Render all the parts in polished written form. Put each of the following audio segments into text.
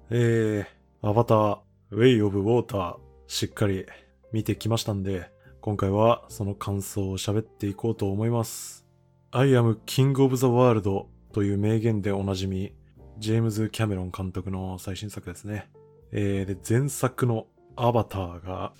アバター、ウェイオブウォーター、しっかり見てきましたんで、今回はその感想を喋っていこうと思います。I am King of the World という名言でおなじみ、ジェームズ・キャメロン監督の最新作ですね。で、前作のアバターが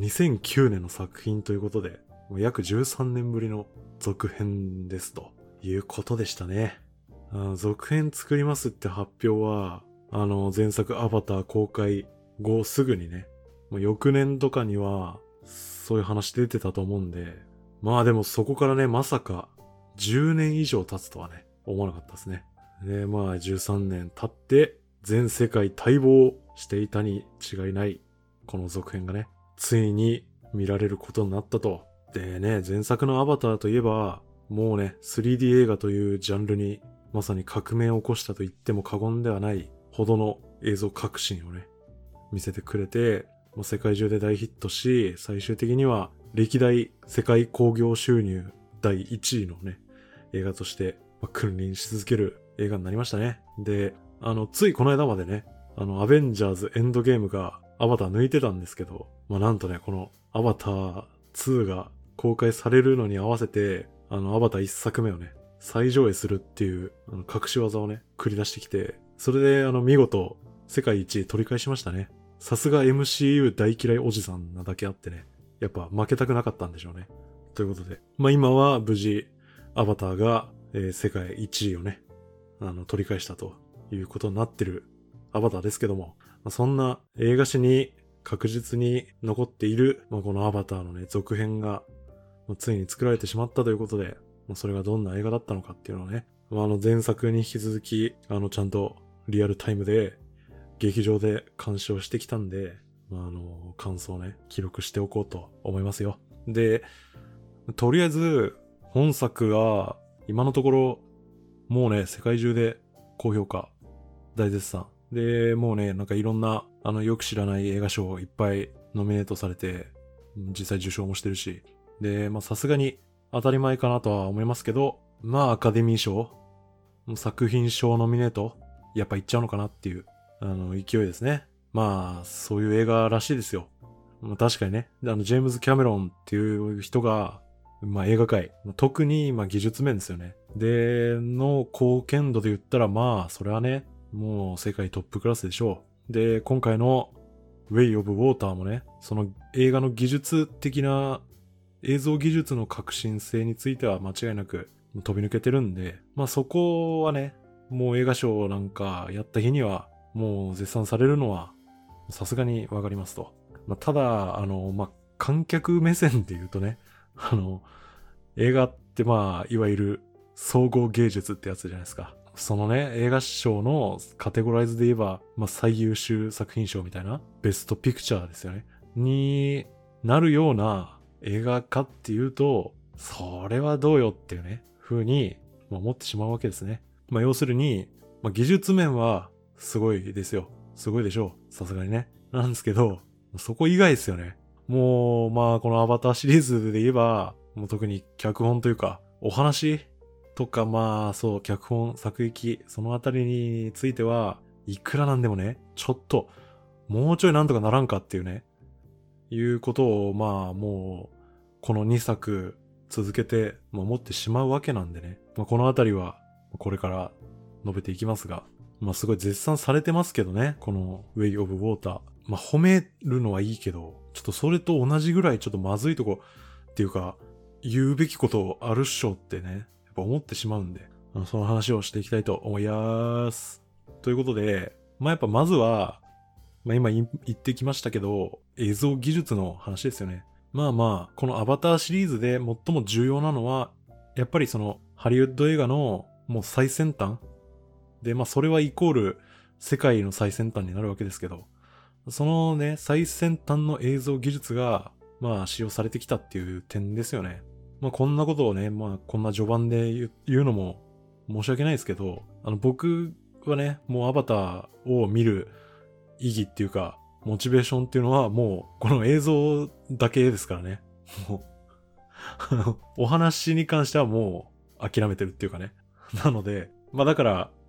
2009年の作品ということで、約13年ぶりの続編ですということでしたね。続編作りますって発表は、前作アバター公開後すぐにね、翌年とかにはそういう話出てたと思うんで、まあでもそこからね、まさか10年以上経つとはね、思わなかったですね。で、まあ13年経って全世界待望していたに違いないこの続編がね、ついに見られることになったと。でね、前作のアバターといえば、もうね、3D 映画というジャンルにまさに革命を起こしたと言っても過言ではないほどの映像革新をね、見せてくれて、もう世界中で大ヒットし、最終的には歴代世界興行収入第1位のね、映画として君臨し続ける映画になりましたね。で、ついこの間までね、アベンジャーズエンドゲームがアバター抜いてたんですけど、なんとね、このアバター2が公開されるのに合わせて、アバター1作目をね、再上映するっていう隠し技をね、繰り出してきて、それで見事世界一取り返しましたね。さすが MCU 大嫌いおじさんなだけあってね、やっぱ負けたくなかったんでしょうね。ということで、今は無事アバターが、世界一位をね、取り返したということになってるアバターですけども、そんな映画史に確実に残っている、このアバターのね、続編がついに作られてしまったということで、それがどんな映画だったのかっていうのをね、前作に引き続き、ちゃんとリアルタイムで劇場で鑑賞してきたんで、感想をね、記録しておこうと思いますよ。で、とりあえず、本作が今のところ、もうね、世界中で高評価、大絶賛。で、もうね、なんかいろんな、よく知らない映画賞いっぱいノミネートされて、実際受賞もしてるし、で、さすがに当たり前かなとは思いますけど、アカデミー賞、作品賞ノミネート、やっぱいっちゃうのかなっていう、勢いですね。そういう映画らしいですよ。確かにね、ジェームズ・キャメロンっていう人が、映画界、特に技術面ですよね。で、の貢献度で言ったらそれはね、もう世界トップクラスでしょう。で、今回のウェイ・オブ・ウォーターもね、その映画の技術的な映像技術の革新性については間違いなく飛び抜けてるんで、そこはね、もう映画賞なんかやった日にはもう絶賛されるのはさすがにわかりますと。ただ、観客目線で言うとね、映画っていわゆる総合芸術ってやつじゃないですか。そのね、映画賞のカテゴライズで言えば、最優秀作品賞みたいな、ベストピクチャーですよね。になるような映画かっていうと、それはどうよっていうね、風に思ってしまうわけですね。要するに、技術面はすごいですよ。すごいでしょう。さすがにね。なんですけど、そこ以外ですよね。もう、このアバターシリーズで言えば、もう特に脚本というか、お話とかそう、脚本、作劇、そのあたりについては、いくらなんでもね、ちょっと、もうちょいなんとかならんかっていうね、いうことを、もう、この2作続けて、思ってしまうわけなんでね。このあたりは、これから述べていきますが、すごい絶賛されてますけどね、この Way of Water。褒めるのはいいけど、ちょっとそれと同じぐらいちょっとまずいとこっていうか、言うべきことあるっしょってね、やっぱ思ってしまうんで、その話をしていきたいと思います。ということで、やっぱまずは、今言ってきましたけど、映像技術の話ですよね。このアバターシリーズで最も重要なのは、やっぱりそのハリウッド映画のもう最先端で、それはイコール世界の最先端になるわけですけど、そのね、最先端の映像技術が、使用されてきたっていう点ですよね。こんなことをね、こんな序盤で言うのも申し訳ないですけど、僕はね、もうアバターを見る意義っていうか、モチベーションっていうのはもう、この映像だけですからね。もうお話に関してはもう諦めてるっていうかね。なので、だから、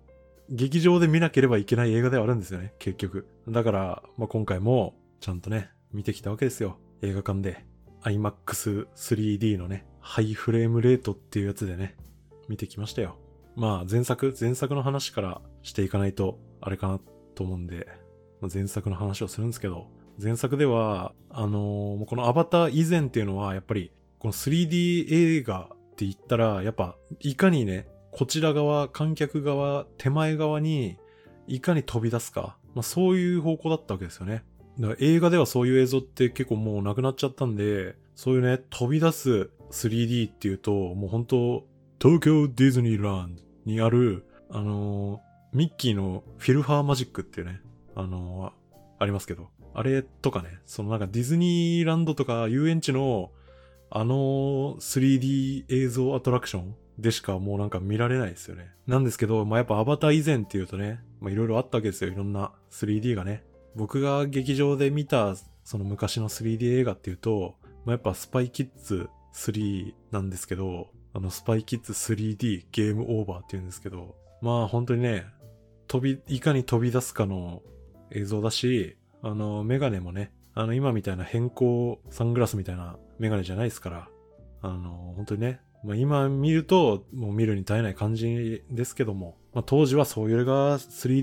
劇場で見なければいけない映画ではあるんですよね、結局。だから、今回もちゃんとね、見てきたわけですよ。映画館で。IMAX 3D のね、ハイフレームレートっていうやつでね、見てきましたよ。前作の話からしていかないと、あれかなと思うんで、前作の話をするんですけど、前作では、このアバター以前っていうのは、やっぱり、この 3D 映画って言ったら、やっぱ、いかにね、こちら側、観客側、手前側に、いかに飛び出すか。そういう方向だったわけですよね。だから映画ではそういう映像って結構もうなくなっちゃったんで、そういうね、飛び出す 3D っていうと、もう本当東京ディズニーランドにある、ミッキーのフィルハーマジックっていうね、ありますけど、あれとかね、そのなんかディズニーランドとか遊園地の3D 映像アトラクションでしかもうなんか見られないですよね。なんですけど、やっぱアバター以前っていうとね、いろいろあったわけですよ。いろんな 3D がね。僕が劇場で見たその昔の 3D 映画っていうと、やっぱスパイキッズ3なんですけど、スパイキッズ 3D ゲームオーバーっていうんですけど、本当にね、いかに飛び出すかの映像だし、メガネもね、今みたいな変更サングラスみたいなメガネじゃないですから、本当にね、今見るともう見るに耐えない感じですけども、当時はそういうが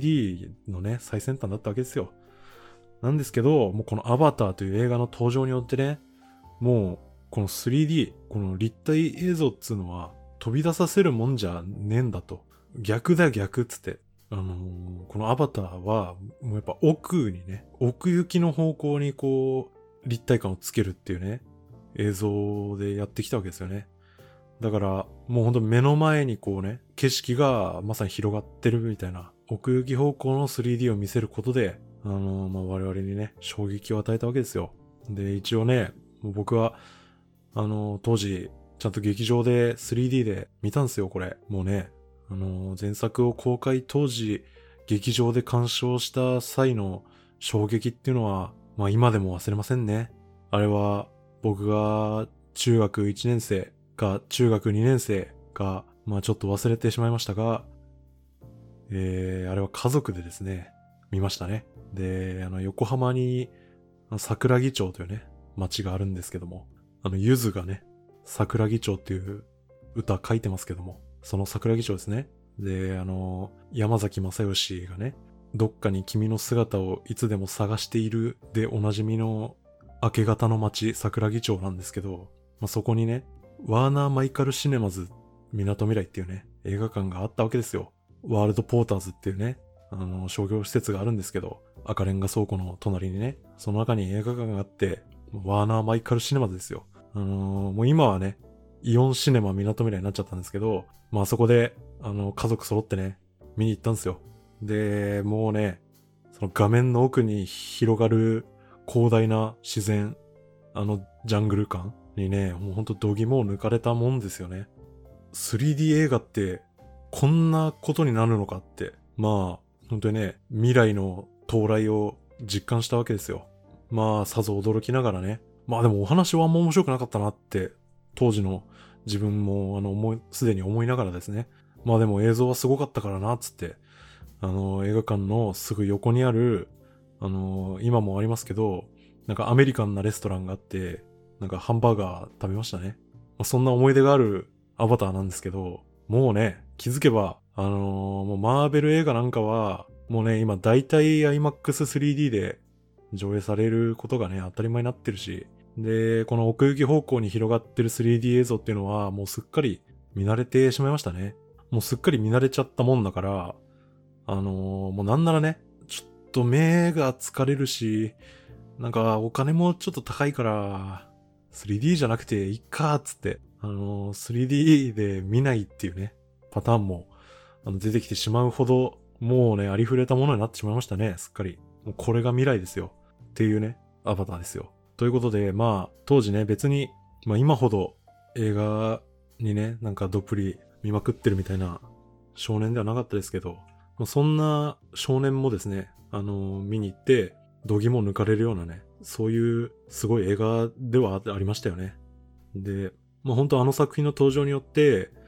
3D のね、最先端だったわけですよ。なんですけど、もうこのアバターという映画の登場によってね、もうこの 3D、この立体映像っつうのは飛び出させるもんじゃねえんだと。逆だ逆っつって。このアバターはもうやっぱ奥にね、奥行きの方向にこう立体感をつけるっていうね、映像でやってきたわけですよね。だからもうほんと目の前にこうね、景色がまさに広がってるみたいな奥行き方向の 3D を見せることで、我々にね、衝撃を与えたわけですよ。で、一応ね、もう僕は当時ちゃんと劇場で 3D で見たんですよ、これ。もうね、前作を公開当時劇場で鑑賞した際の衝撃っていうのは、今でも忘れませんね。あれは僕が中学1年生か中学2年生か、ちょっと忘れてしまいましたが、あれは家族でですね、見ましたね。で、横浜に桜木町というね、町があるんですけども、ゆずがね、桜木町っていう歌書いてますけども、その桜木町ですね。で、山崎正義がね、どっかに君の姿をいつでも探しているでおなじみの明け方の街桜木町なんですけど、そこにね、ワーナーマイカルシネマズ港未来っていうね、映画館があったわけですよ。ワールドポーターズっていうね、商業施設があるんですけど、赤レンガ倉庫の隣にね、その中に映画館があって、ワーナーマイカルシネマズですよ。もう今はね、イオンシネマ港未来になっちゃったんですけど、あそこで、家族揃ってね、見に行ったんですよ。で、もうね、その画面の奥に広がる広大な自然、ジャングル感にね、もうほんと度肝を抜かれたもんですよね。3D 映画って、こんなことになるのかって、本当にね、未来の到来を実感したわけですよ。さぞ驚きながらね。でもお話はあんま面白くなかったなって、当時の自分もすでに思いながらですね。でも映像はすごかったからな、つって、映画館のすぐ横にある、今もありますけど、なんかアメリカンなレストランがあって、なんかハンバーガー食べましたね。そんな思い出があるアバターなんですけど、もうね、気づけば、もうマーベル映画なんかは、もうね、今大体 IMAX3D で上映されることがね、当たり前になってるし、で、この奥行き方向に広がってる 3D 映像っていうのは、もうすっかり見慣れてしまいましたね。もうすっかり見慣れちゃったもんだから、もうなんならね、ちょっと目が疲れるし、なんかお金もちょっと高いから、3D じゃなくていいかっつって、3D で見ないっていうね、パターンも出てきてしまうほど、もうね、ありふれたものになってしまいましたね、すっかり。もうこれが未来ですよ。っていうね、アバターですよ。ということで、当時ね、別に、今ほど映画にね、なんかどっぷり見まくってるみたいな少年ではなかったですけど、そんな少年もですね、見に行って、度肝を抜かれるようなね、そういうすごい映画ではありましたよね。で、本当あの作品の登場によって、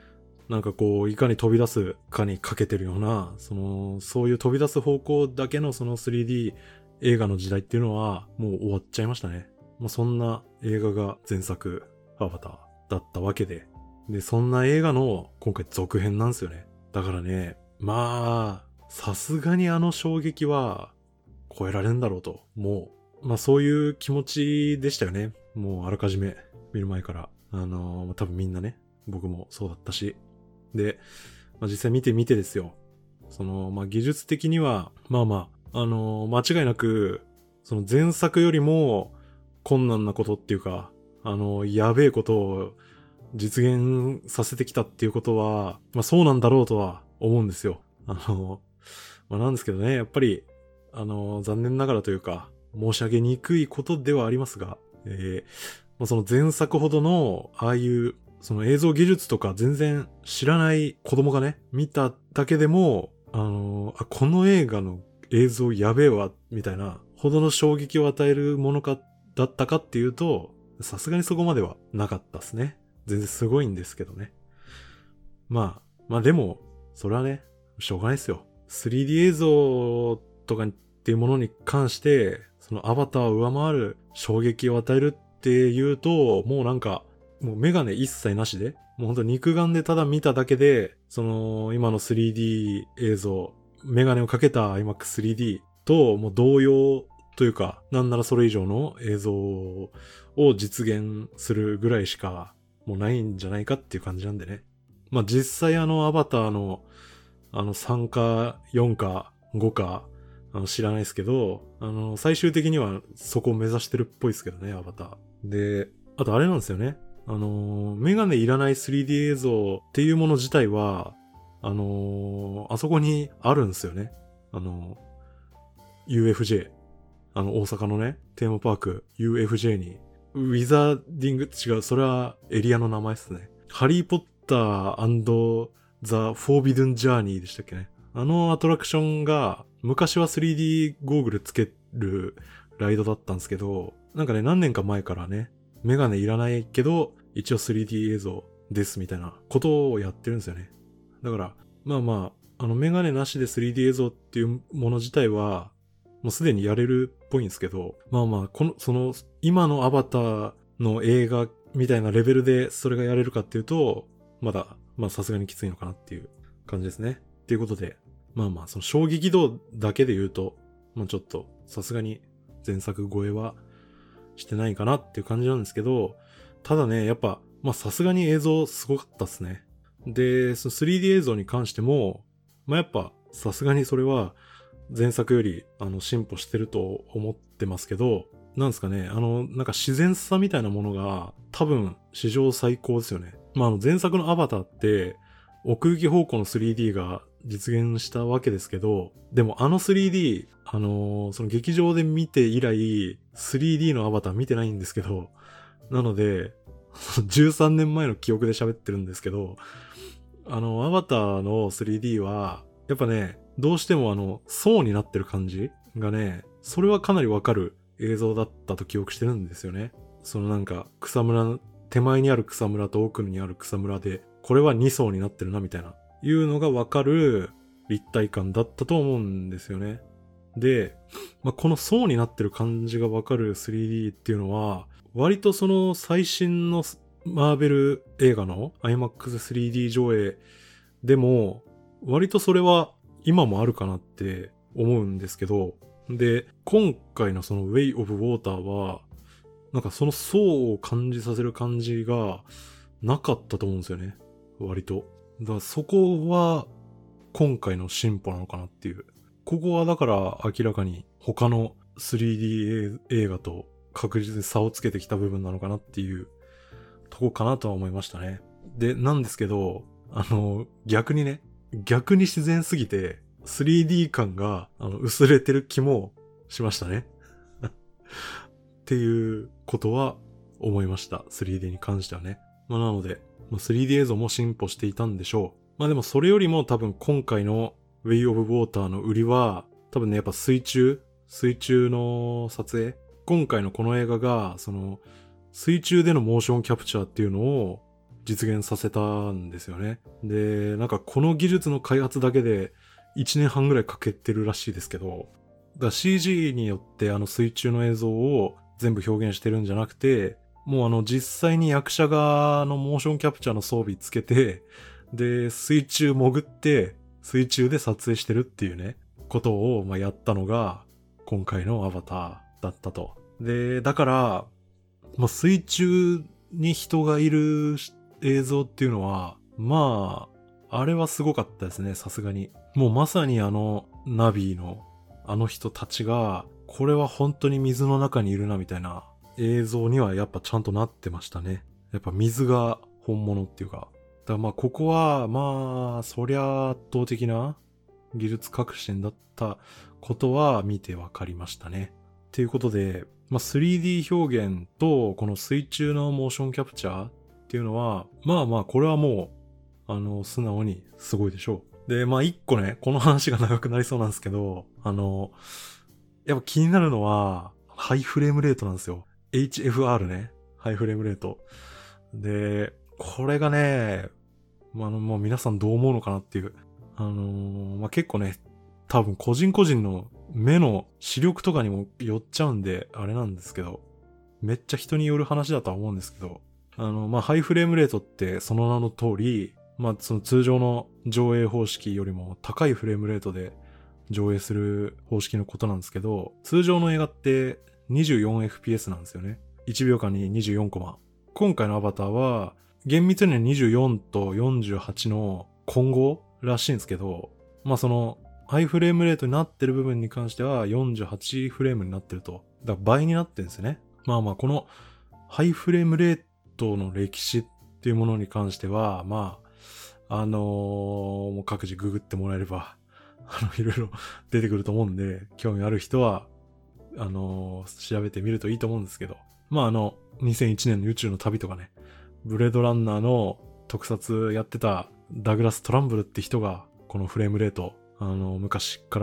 なんかこう、いかに飛び出すかにかけてるような、そういう飛び出す方向だけのその 3D 映画の時代っていうのはもう終わっちゃいましたね。そんな映画が前作アバターだったわけで。で、そんな映画の今回続編なんですよね。だからね、さすがにあの衝撃は超えられんだろうと。もう、そういう気持ちでしたよね。もうあらかじめ見る前から。多分みんなね、僕もそうだったし。で、実際見てみてですよ。技術的には、間違いなく、その前作よりも困難なことっていうか、やべえことを実現させてきたっていうことは、そうなんだろうとは思うんですよ。なんですけどね、やっぱり、残念ながらというか、申し上げにくいことではありますが、その前作ほどの、ああいう、その映像技術とか全然知らない子供がね、見ただけでも、この映画の映像やべえわ、みたいな、ほどの衝撃を与えるものだったかっていうと、さすがにそこまではなかったですね。全然すごいんですけどね。でも、それはね、しょうがないですよ。3D 映像とかっていうものに関して、そのアバターを上回る衝撃を与えるっていうと、もうメガネ一切なしで、もうほんと肉眼でただ見ただけで、今の 3D 映像、メガネをかけた IMAX3D ともう同様というか、なんならそれ以上の映像を実現するぐらいしかもうないんじゃないかっていう感じなんでね。実際アバターの3か4か5か知らないですけど、最終的にはそこを目指してるっぽいですけどね、アバター。で、あとあれなんですよね。メガネいらない 3D 映像っていうもの自体は、あそこにあるんですよね。UFJ。大阪のね、テーマパーク UFJ に、ウィザーディング違う、それはエリアの名前ですね。ハリーポッター&ザ・フォービドゥン・ジャーニーでしたっけね。あのアトラクションが、昔は 3D ゴーグルつけるライドだったんですけど、なんかね、何年か前からね、メガネいらないけど、一応 3D 映像ですみたいなことをやってるんですよね。だから、メガネなしで 3D 映像っていうもの自体は、もうすでにやれるっぽいんですけど、今のアバターの映画みたいなレベルでそれがやれるかっていうと、まだ、さすがにきついのかなっていう感じですね。っていうことで、その衝撃度だけで言うと、ちょっと、さすがに前作超えはしてないかなっていう感じなんですけど、ただね、やっぱ、さすがに映像すごかったっすね。で、その 3D 映像に関しても、やっぱ、さすがにそれは、前作より、進歩してると思ってますけど、なんですかね、なんか自然さみたいなものが、多分、史上最高ですよね。前作のアバターって、奥行き方向の 3D が実現したわけですけど、でも3D、その劇場で見て以来、3D のアバター見てないんですけど、なので、13年前の記憶で喋ってるんですけど、アバターの 3D は、やっぱね、どうしても層になってる感じがね、それはかなりわかる映像だったと記憶してるんですよね。なんか、手前にある草むらと奥にある草むらで、これは2層になってるなみたいな、いうのがわかる立体感だったと思うんですよね。で、この層になってる感じがわかる 3D っていうのは、割とその最新のマーベル映画の IMAX3D 上映でも、割とそれは今もあるかなって思うんですけど、で、今回のその Way of Water は、なんかその層を感じさせる感じがなかったと思うんですよね。割と。だからそこは今回の進歩なのかなっていう。ここはだから明らかに他の 3D 映画と確実に差をつけてきた部分なのかなっていうとこかなとは思いましたね。で、なんですけど、逆に自然すぎて 3D 感が薄れてる気もしましたね。っていうことは思いました。3D に関してはね。なので、3D 映像も進歩していたんでしょう。でもそれよりも多分今回の Way of Water の売りは、多分ね、やっぱ水中の撮影。今回のこの映画が、水中でのモーションキャプチャーっていうのを、 実現させたんですよね。で、なんかこの技術の開発だけで1年半ぐらいかけてるらしいですけど、だから CG によって水中の映像を全部表現してるんじゃなくて、もう実際に役者がモーションキャプチャーの装備つけて、で、水中潜って、水中で撮影してるっていうね、ことをやったのが、今回のアバターだったと。で、だから、水中に人がいる映像っていうのは、あれはすごかったですね、さすがに。もうまさにナビの人たちが、これは本当に水の中にいるなみたいな映像にはやっぱちゃんとなってましたね。やっぱ水が本物っていうか。だからここはそりゃ圧倒的な技術革新だったことは見てわかりましたね。っていうことで、3D 表現とこの水中のモーションキャプチャーっていうのは、これはもう、素直にすごいでしょう。で、一個ね、この話が長くなりそうなんですけど、やっぱ気になるのは、ハイフレームレートなんですよ。HFR ね。ハイフレームレート。で、これがね、もう皆さんどう思うのかなっていう。結構ね、多分個人個人の目の視力とかにもよっちゃうんで、あれなんですけど、めっちゃ人による話だとは思うんですけど、ハイフレームレートってその名の通り、その通常の上映方式よりも高いフレームレートで上映する方式のことなんですけど、通常の映画って 24fps なんですよね。1秒間に24コマ。今回のアバターは、厳密には24と48の混合らしいんですけど、その、ハイフレームレートになってる部分に関しては48フレームになってると。だから倍になってるんですよね。このハイフレームレートの歴史っていうものに関しては、もう各自ググってもらえれば、いろいろ出てくると思うんで、興味ある人は、調べてみるといいと思うんですけど、2001年の宇宙の旅とかね、ブレードランナーの特撮やってたダグラス・トランブルって人が、このフレームレート、昔から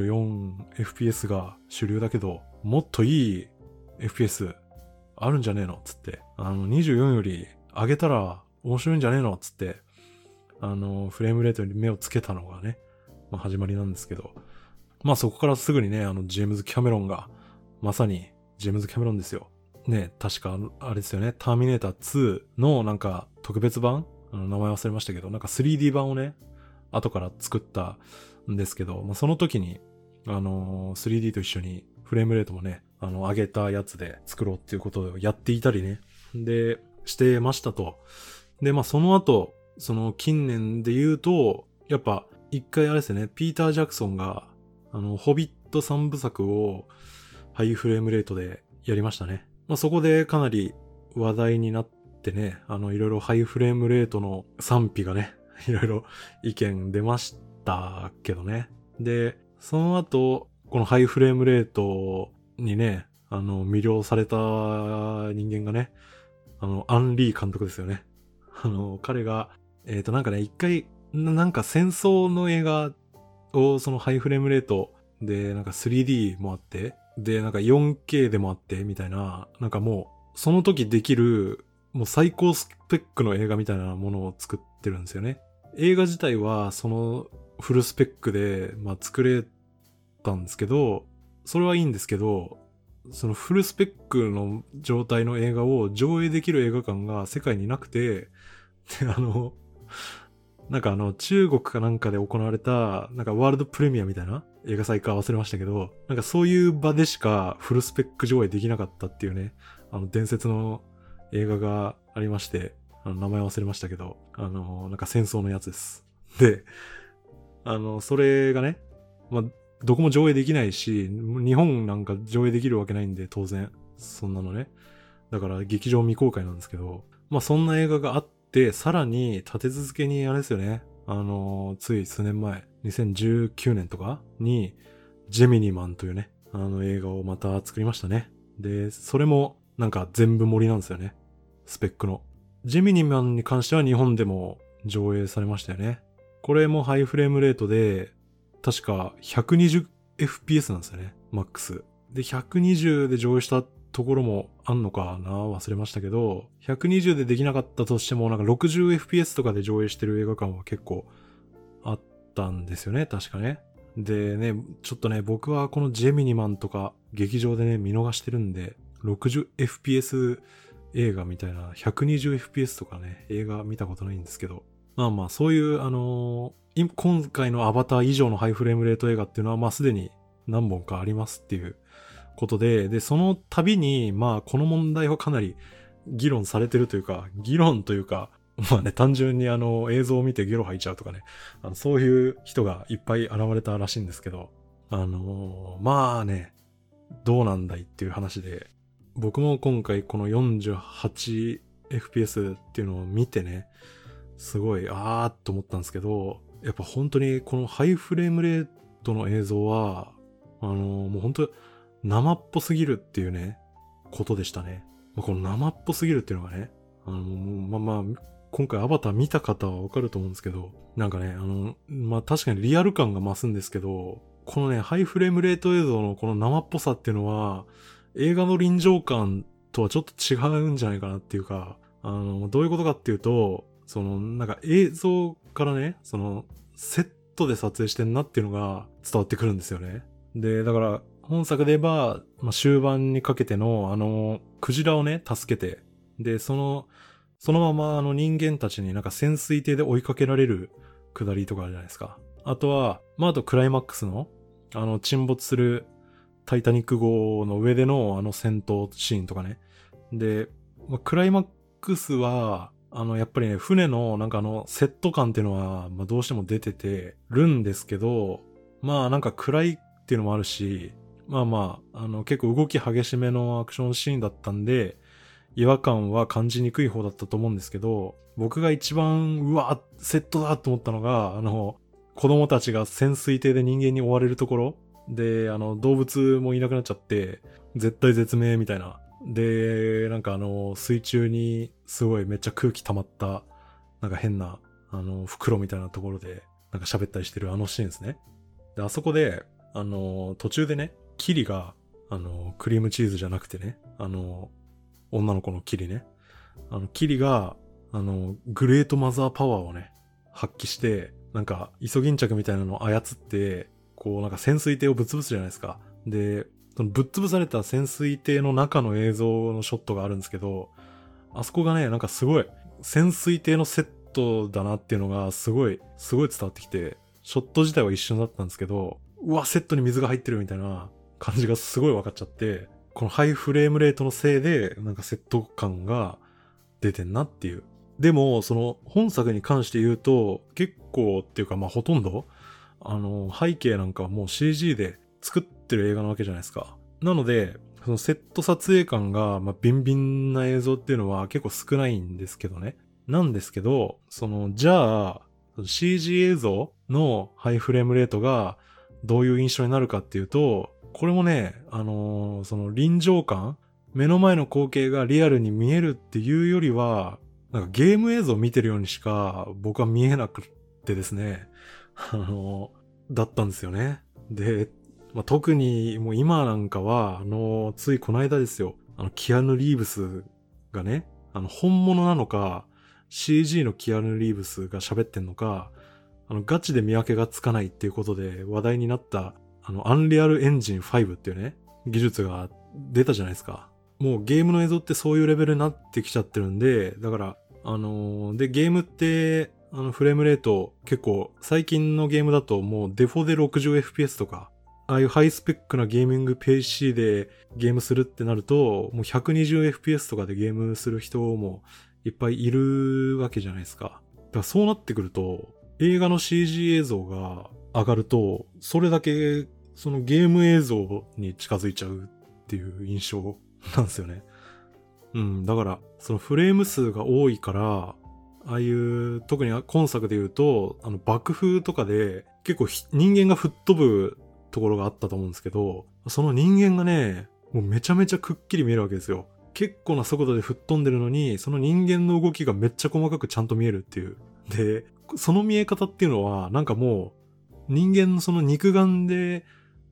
24fps が主流だけど、もっといい fps あるんじゃねえのつって、24より上げたら面白いんじゃねえのつって、フレームレートに目をつけたのがね、始まりなんですけど、そこからすぐにね、ジェームズ・キャメロンが、まさに、ジェームズ・キャメロンですよ。ね、確か、あれですよね、ターミネーター2のなんか特別版名前忘れましたけど、なんか 3D 版をね、後から作ったんですけど、その時に、3D と一緒にフレームレートもね、上げたやつで作ろうっていうことをやっていたりね、で、してましたと。で、その後、その近年で言うと、やっぱ、一回あれですね、ピーター・ジャクソンが、ホビット3部作をハイフレームレートでやりましたね。そこでかなり話題になってね、いろいろハイフレームレートの賛否がね、いろいろ意見出ましたけどね。で、その後、このハイフレームレートにね、魅了された人間がね、アンリー監督ですよね。彼が、なんかね、一回、なんか戦争の映画をそのハイフレームレートでなんか 3D もあって、でなんか 4K でもあってみたいな、なんかもうその時できるもう最高スペックの映画みたいなものを作ってるんですよね。映画自体はそのフルスペックで作れたんですけど、それはいいんですけど、そのフルスペックの状態の映画を上映できる映画館が世界になくて、でなんか中国かなんかで行われた、なんかワールドプレミアみたいな映画祭か忘れましたけど、なんかそういう場でしかフルスペック上映できなかったっていうね、伝説の映画がありまして、名前忘れましたけど、なんか戦争のやつです。で、それがね、どこも上映できないし、日本なんか上映できるわけないんで、当然。そんなのね。だから劇場未公開なんですけど、そんな映画があって、さらに立て続けにあれですよね。つい数年前、2019年とかに、ジェミニマンというね、映画をまた作りましたね。で、それもなんか全部盛りなんですよね。スペックの。ジェミニマンに関しては日本でも上映されましたよね。これもハイフレームレートで、確か 120fps なんですよね。マックス。で、120で上映したっところもあんのかな、忘れましたけど、120でできなかったとしても、なんか 60fps とかで上映してる映画館は結構あったんですよね、確かね。でね、ちょっとね、僕はこのジェミニマンとか劇場でね、見逃してるんで、60fps 映画みたいな 120fps とかね、映画見たことないんですけど、まあまあ、そういう今回のアバター以上のハイフレームレート映画っていうのは、まあすでに何本かありますっていうことで、その度に、まあこの問題はかなり議論されてるというか、まあね、単純に映像を見てゲロ吐いちゃうとかね、そういう人がいっぱい現れたらしいんですけど、まあね、どうなんだいっていう話で、僕も今回この 48fps っていうのを見てね、すごい、あーっと思ったんですけど、やっぱ本当にこのハイフレームレートの映像は、もう本当生っぽすぎるっていうね、ことでしたね。この生っぽすぎるっていうのがね、まあ、今回アバター見た方はわかると思うんですけど、なんかね、まあ確かにリアル感が増すんですけど、このね、ハイフレームレート映像のこの生っぽさっていうのは、映画の臨場感とはちょっと違うんじゃないかなっていうか、どういうことかっていうと、なんか映像からね、セットで撮影してんなっていうのが伝わってくるんですよね。で、だから、本作で言えば、まあ、終盤にかけての、クジラをね、助けて、で、そのまま人間たちになんか潜水艇で追いかけられる下りとかあるじゃないですか。あとは、まあ、あとクライマックスの、沈没するタイタニック号の上での戦闘シーンとかね。で、まあ、クライマックスは、やっぱりね、船のなんかセット感っていうのは、まあ、どうしても出ててるんですけど、まあなんか暗いっていうのもあるし、まあ、結構動き激しめのアクションシーンだったんで、違和感は感じにくい方だったと思うんですけど、僕が一番、うわ、セットだと思ったのが、子供たちが潜水艇で人間に追われるところで、動物もいなくなっちゃって、絶対絶命みたいな。で、なんか水中にすごいめっちゃ空気溜まった、なんか変な、袋みたいなところで、なんか喋ったりしてるシーンですね。で、あそこで、途中でね、キリが、クリームチーズじゃなくてね、女の子のキリね。キリが、グレートマザーパワーをね、発揮して、なんか、イソギンチャクみたいなのを操って、こう、なんか潜水艇をぶつぶすじゃないですか。で、そのぶっ潰された潜水艇の中の映像のショットがあるんですけど、あそこがね、なんかすごい、潜水艇のセットだなっていうのがすごい伝わってきて、ショット自体は一瞬だったんですけど、うわ、セットに水が入ってるみたいな感じがすごい分かっちゃって、このハイフレームレートのせいで、なんかセット感が出てんなっていう。でも、その本作に関して言うと、結構っていうか、まあほとんど、背景なんかはもう CG で作ってる映画なわけじゃないですか。なので、そのセット撮影感が、まあビンビンな映像っていうのは結構少ないんですけどね。なんですけど、じゃあ、CG 映像のハイフレームレートがどういう印象になるかっていうと、これもね、その臨場感、目の前の光景がリアルに見えるっていうよりは、なんかゲーム映像を見てるようにしか僕は見えなくてですね、だったんですよね。で、まあ、特にもう今なんかは、ついこの間ですよ、キアヌ・リーブスがね、本物なのか、CG のキアヌ・リーブスが喋ってんのか、ガチで見分けがつかないっていうことで話題になった、アンリアルエンジン5っていうね、技術が出たじゃないですか。もうゲームの映像ってそういうレベルになってきちゃってるんで、だから、で、ゲームって、フレームレート結構、最近のゲームだともうデフォで 60fps とか、ああいうハイスペックなゲーミング PC でゲームするってなると、もう 120fps とかでゲームする人もいっぱいいるわけじゃないですか。だからそうなってくると、映画の CG 映像が上がると、それだけそのゲーム映像に近づいちゃうっていう印象なんですよね。うん、だからそのフレーム数が多いから、ああいう特に今作で言うと、爆風とかで結構人間が吹っ飛ぶところがあったと思うんですけど、その人間がね、もうめちゃめちゃくっきり見えるわけですよ。結構な速度で吹っ飛んでるのに、その人間の動きがめっちゃ細かくちゃんと見えるっていう。で、その見え方っていうのは、なんかもう、人間のその肉眼で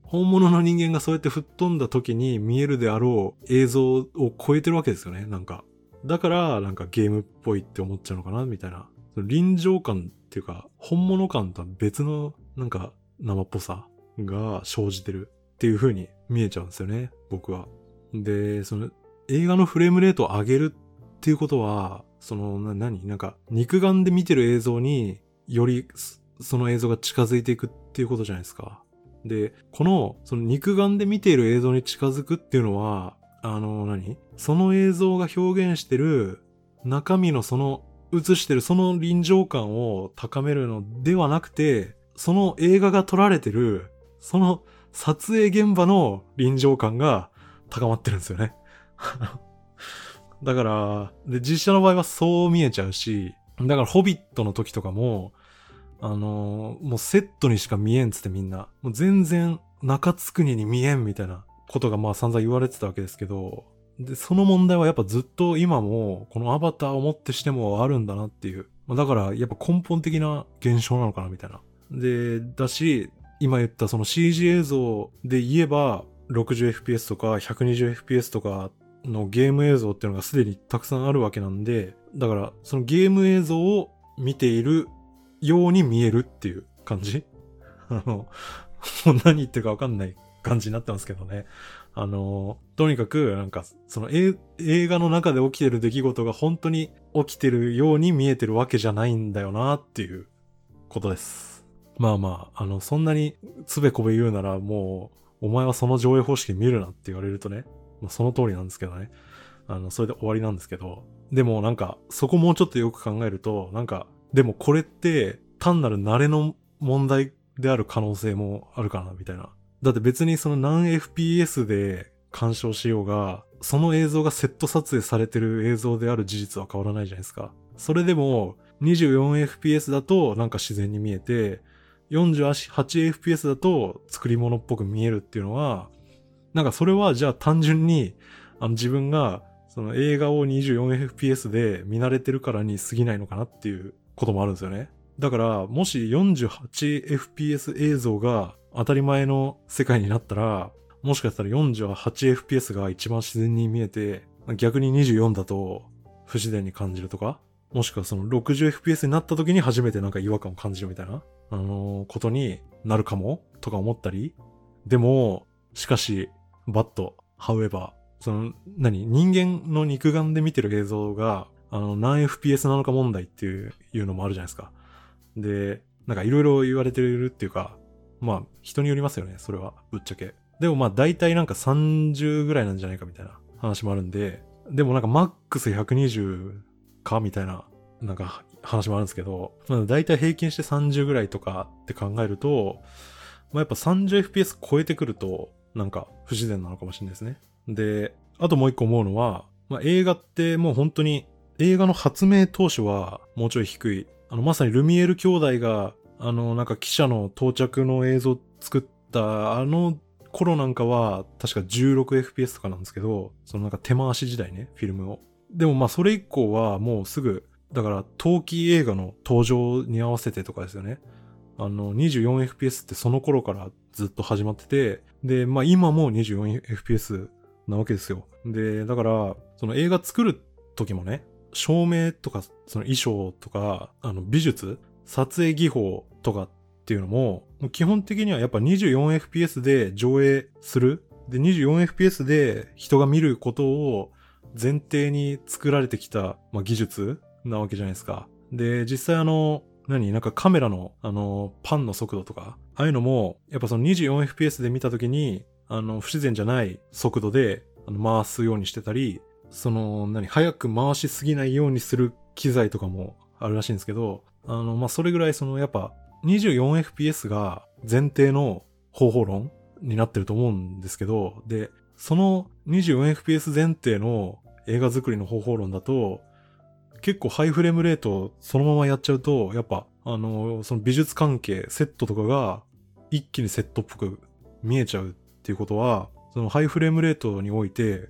本物の人間がそうやって吹っ飛んだ時に見えるであろう映像を超えてるわけですよね、なんか。だから、なんかゲームっぽいって思っちゃうのかなみたいな。臨場感っていうか、本物感とは別の、なんか、生っぽさが生じてるっていう風に見えちゃうんですよね、僕は。で、その、映画のフレームレートを上げるっていうことは、なんか、肉眼で見てる映像により、その映像が近づいていくっていうことじゃないですか。で、その肉眼で見ている映像に近づくっていうのは、その映像が表現してる中身の映してるその臨場感を高めるのではなくて、その映画が撮られてる、その撮影現場の臨場感が高まってるんですよね。だから、で、実写の場合はそう見えちゃうし、だからホビットの時とかも、もうセットにしか見えんつってみんな。もう全然中津国に見えんみたいなことがまあ散々言われてたわけですけど、で、その問題はやっぱずっと今もこのアバターをもってしてもあるんだなっていう。だからやっぱ根本的な現象なのかなみたいな。で、だし、今言ったその CG 映像で言えば 60fps とか 120fps とかのゲーム映像っていうのがすでにたくさんあるわけなんで、だからそのゲーム映像を見ているように見えるっていう感じもう何言ってるかわかんない感じになってますけどね。とにかく、なんか、その映画の中で起きてる出来事が本当に起きてるように見えてるわけじゃないんだよなっていうことです。まあまあ、そんなにつべこべ言うならもう、お前はその上映方式見るなって言われるとね、まあ、その通りなんですけどね。それで終わりなんですけど。でもなんか、そこもうちょっとよく考えると、なんか、でもこれって単なる慣れの問題である可能性もあるかな、みたいな。だって別にその何 FPS で鑑賞しようが、その映像がセット撮影されてる映像である事実は変わらないじゃないですか。それでも 24fps だとなんか自然に見えて、48fps だと作り物っぽく見えるっていうのは、なんかそれはじゃあ単純に自分がその映画を 24fps で見慣れてるからに過ぎないのかなっていうこともあるんですよね。だからもし 48fps 映像が当たり前の世界になったら、もしかしたら 48fps が一番自然に見えて、逆に24だと不自然に感じるとか、もしくはその 60fps になった時に初めてなんか違和感を感じるみたいな、ことになるかもとか思ったり。でも、しかし、however、人間の肉眼で見てる映像が、何 FPS なのか問題っていうのもあるじゃないですか。で、なんかいろいろ言われてるっていうか、まあ、人によりますよね、それは、ぶっちゃけ。でもまあ、大体なんか30ぐらいなんじゃないかみたいな話もあるんで、でもなんかマックス120かみたいな、なんか話もあるんですけど、まあ、大体平均して30ぐらいとかって考えると、まあ、やっぱ 30fps 超えてくると、なんか不自然なのかもしれないですね。で、あともう一個思うのは、まあ、映画ってもう本当に、映画の発明当初はもうちょい低い。まさにルミエール兄弟が、なんか汽車の到着の映像作った頃なんかは確か 16fps とかなんですけど、そのなんか手回し時代ね、フィルムを。でもまあそれ以降はもうすぐ、だから冬季映画の登場に合わせてとかですよね。24fps ってその頃からずっと始まってて、で、まあ今も 24fps なわけですよ。で、だから、その映画作る時もね、照明とか、その衣装とか、美術、撮影技法とかっていうのも、基本的にはやっぱ 24fps で上映する。で、24fps で人が見ることを前提に作られてきた、まあ、技術なわけじゃないですか。で、実際なんかカメラのパンの速度とか、ああいうのも、やっぱその 24fps で見たときに、不自然じゃない速度で回すようにしてたり、早く回しすぎないようにする機材とかもあるらしいんですけど、まあ、それぐらいやっぱ 24fps が前提の方法論になってると思うんですけど、で、その 24fps 前提の映画作りの方法論だと、結構ハイフレームレートそのままやっちゃうと、やっぱ、その美術関係、セットとかが一気にセットっぽく見えちゃうっていうことは、そのハイフレームレートにおいて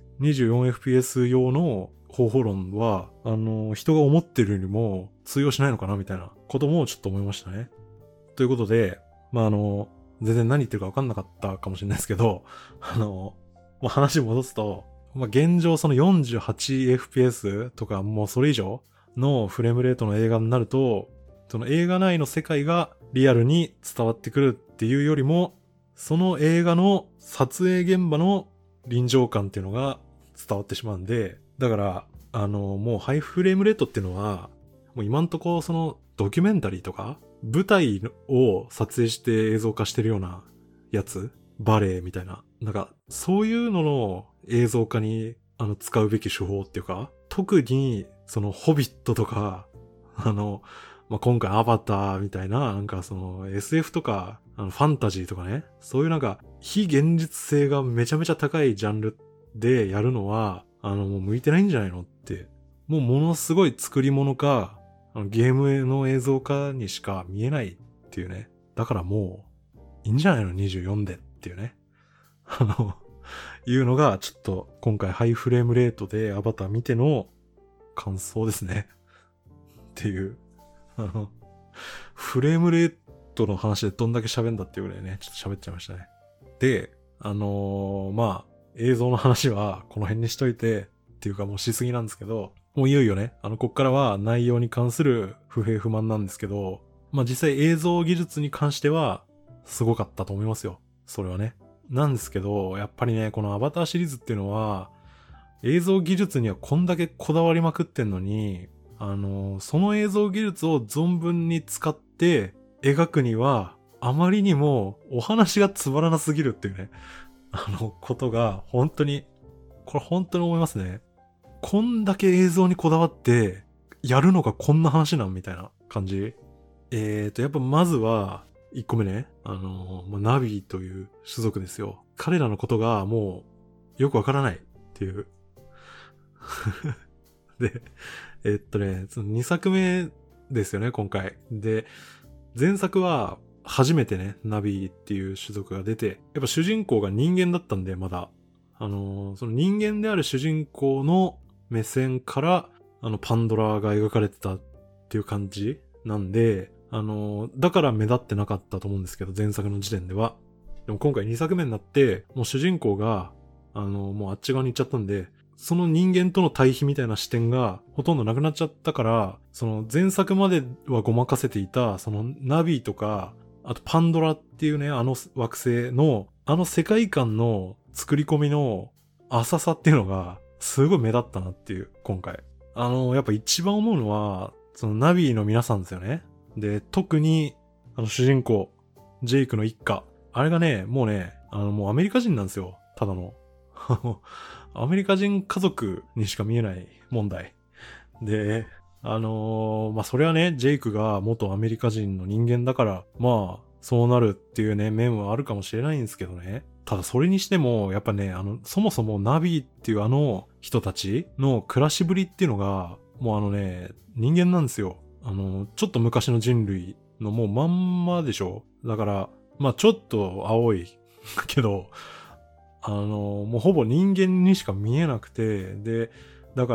24fps 用の方法論は、人が思ってるよりも通用しないのかなみたいなこともちょっと思いましたね。ということで、まあ全然何言ってるか分かんなかったかもしれないですけど、話戻すと、現状その 48fps とかもうそれ以上のフレームレートの映画になると、その映画内の世界がリアルに伝わってくるっていうよりも、その映画の撮影現場の臨場感っていうのが伝わってしまうんで、だから、もうハイフレームレートっていうのは、もう今んとこそのドキュメンタリーとか、舞台を撮影して映像化してるようなやつ、バレエみたいな、なんかそういうのの映像化に使うべき手法っていうか、特にそのホビットとか、今回アバターみたいな、なんかその SF とか、ファンタジーとかね、そういうなんか非現実性がめちゃめちゃ高いジャンルでやるのは、もう向いてないんじゃないのって。もうものすごい作り物か、ゲームの映像化にしか見えないっていうね。だからもう、いいんじゃないの ?24 でっていうね。いうのが、ちょっと今回ハイフレームレートでアバター見ての感想ですね。っていう。フレームレートの話でどんだけ喋んだっていうぐらいね、ちょっと喋っちゃいましたね。で、映像の話はこの辺にしといて、っていうかもうしすぎなんですけど、もういよいよね、こっからは内容に関する不平不満なんですけど、実際映像技術に関しては、すごかったと思いますよ。それはね。なんですけど、やっぱりね、このアバターシリーズっていうのは、映像技術にはこんだけこだわりまくってんのに、その映像技術を存分に使って描くには、あまりにもお話がつまらなすぎるっていうね、ことが本当に、これ本当に思いますね。こんだけ映像にこだわって、やるのがこんな話なんみたいな感じ。やっぱまずは、1個目ね、ナビという種族ですよ。彼らのことがもう、よくわからないっていう。で、その2作目ですよね、今回。で、前作は、初めてね、ナビっていう種族が出て、やっぱ主人公が人間だったんで、まだ。その人間である主人公の目線から、パンドラが描かれてたっていう感じなんで、だから目立ってなかったと思うんですけど、前作の時点では。でも今回2作目になって、もう主人公が、もうあっち側に行っちゃったんで、その人間との対比みたいな視点がほとんどなくなっちゃったから、その前作まではごまかせていた、そのナビとか、あとパンドラっていうね、惑星の、世界観の作り込みの浅さっていうのが、すごい目立ったなっていう、今回。やっぱ一番思うのは、そのナビの皆さんですよね。で、特に、主人公、ジェイクの一家。あれがね、もうね、もうアメリカ人なんですよ。ただの。アメリカ人家族にしか見えない問題。で、それはね、ジェイクが元アメリカ人の人間だから、そうなるっていうね、面はあるかもしれないんですけどね。ただそれにしても、やっぱね、そもそもナビっていう人たちの暮らしぶりっていうのが、もう人間なんですよ。ちょっと昔の人類のもうまんまでしょ。だから、ちょっと青いけど、もうほぼ人間にしか見えなくて、で、だから、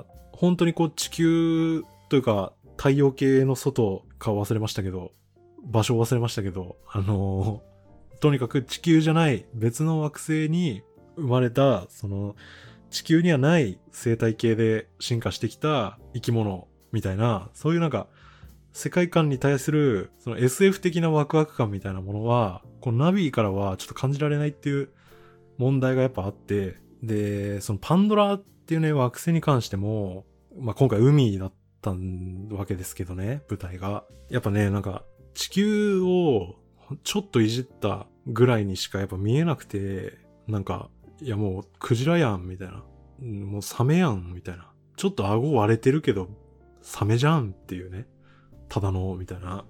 本当にこう地球というか太陽系の外か忘れましたけど、場所を忘れましたけど、とにかく地球じゃない別の惑星に生まれた、その地球にはない生態系で進化してきた生き物みたいな、そういうなんか世界観に対するその SF 的なワクワク感みたいなものは、このナビからはちょっと感じられないっていう問題がやっぱあって、で、そのパンドラっていうね、惑星に関しても、今回海だったわけですけどね、舞台が。やっぱね、なんか、地球をちょっといじったぐらいにしかやっぱ見えなくて、なんか、いやもう、クジラやん、みたいな。もうサメやん、みたいな。ちょっと顎割れてるけど、サメじゃんっていうね。ただの、みたいな。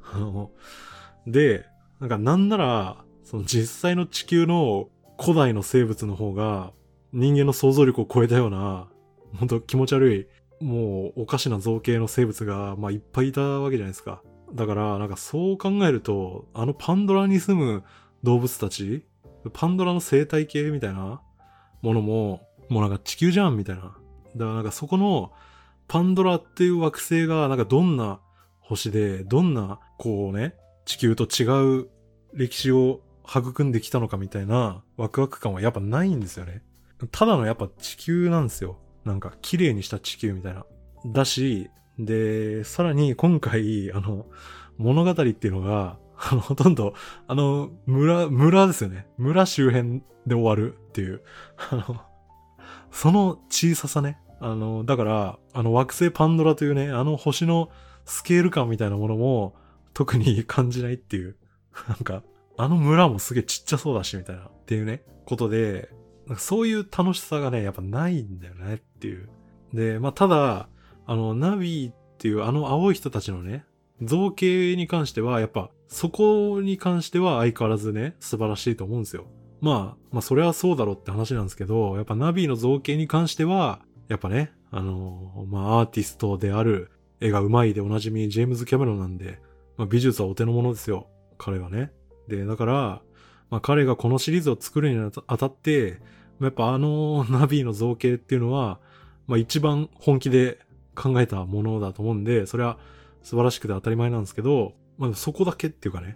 で、なんなら、その実際の地球の古代の生物の方が、人間の想像力を超えたような、ほんと気持ち悪い、もうおかしな造形の生物が、いっぱいいたわけじゃないですか。だから、そう考えると、パンドラに住む動物たち、パンドラの生態系みたいなものも、もう地球じゃんみたいな。だからそこの、パンドラっていう惑星が、どんな星で、どんな、こうね、地球と違う歴史を育んできたのかみたいなワクワク感はやっぱないんですよね。ただのやっぱ地球なんですよ。なんか綺麗にした地球みたいな。だし、で、さらに今回、物語っていうのが、ほとんど、村ですよね。村周辺で終わるっていう。その小ささね。だから、惑星パンドラというね、星のスケール感みたいなものも特に感じないっていう。なんか、村もすげえちっちゃそうだし、みたいな。っていうね、ことで、なんかそういう楽しさがね、やっぱないんだよねっていう。で、まあ、ただ、ナビっていう青い人たちのね、造形に関しては、やっぱ、そこに関しては相変わらずね、素晴らしいと思うんですよ。まあ、それはそうだろうって話なんですけど、やっぱナビの造形に関しては、やっぱね、アーティストである、絵が上手いでおなじみ、ジェームズ・キャメロンなんで、まあ、美術はお手の物ですよ。彼はね。で、だから、まあ、彼がこのシリーズを作るにあたって、やっぱナビの造形っていうのは、まあ、一番本気で考えたものだと思うんで、それは素晴らしくて当たり前なんですけど、まあ、そこだけっていうかね、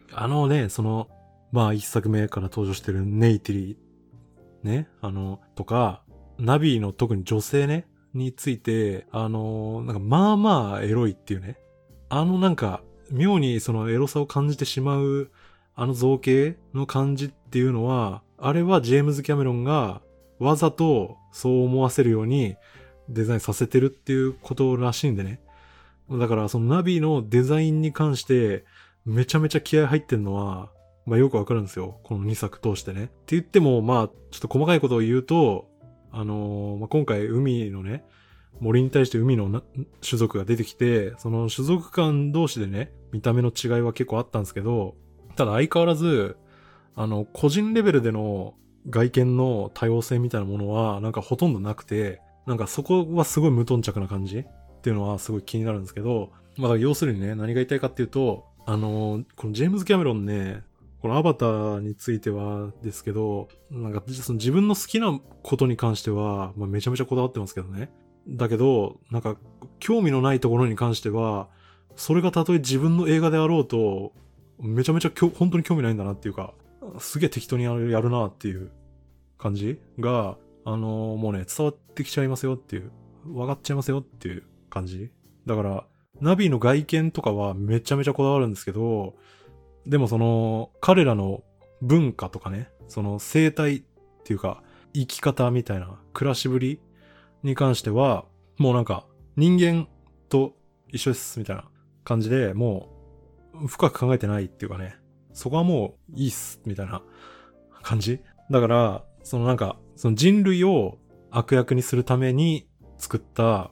まあ、一作目から登場してるネイティリー、ね、とか、ナビの特に女性ね、について、なんかまあまあエロいっていうね、なんか、妙にそのエロさを感じてしまう、造形の感じっていうのは、あれはジェームズ・キャメロンがわざとそう思わせるようにデザインさせてるっていうことらしいんでね。だからそのナビのデザインに関してめちゃめちゃ気合入ってんのは、まあよくわかるんですよ。この2作通してね。って言っても、まあちょっと細かいことを言うと、まあ、今回海のね、森に対して海の種族が出てきて、その種族間同士でね、見た目の違いは結構あったんですけど、ただ相変わらず、個人レベルでの外見の多様性みたいなものは、なんかほとんどなくて、なんかそこはすごい無頓着な感じっていうのはすごい気になるんですけど、まあ要するにね、何が言いたいかっていうと、このジェームズ・キャメロンね、このアバターについてはですけど、なんかその自分の好きなことに関しては、まあ、めちゃめちゃこだわってますけどね。だけど、なんか興味のないところに関しては、それがたとえ自分の映画であろうと、めちゃめちゃ本当に興味ないんだなっていうか、すげえ適当にやるなっていう感じが、もうね、伝わってきちゃいますよっていう、分かっちゃいますよっていう感じ。だから、ナビの外見とかはめちゃめちゃこだわるんですけど、でもその、彼らの文化とかね、その生態っていうか、生き方みたいな、暮らしぶりに関しては、もうなんか、人間と一緒ですみたいな感じで、もう、深く考えてないっていうかね、そこはもういいっす、みたいな感じ。だから、そのなんか、その人類を悪役にするために作った、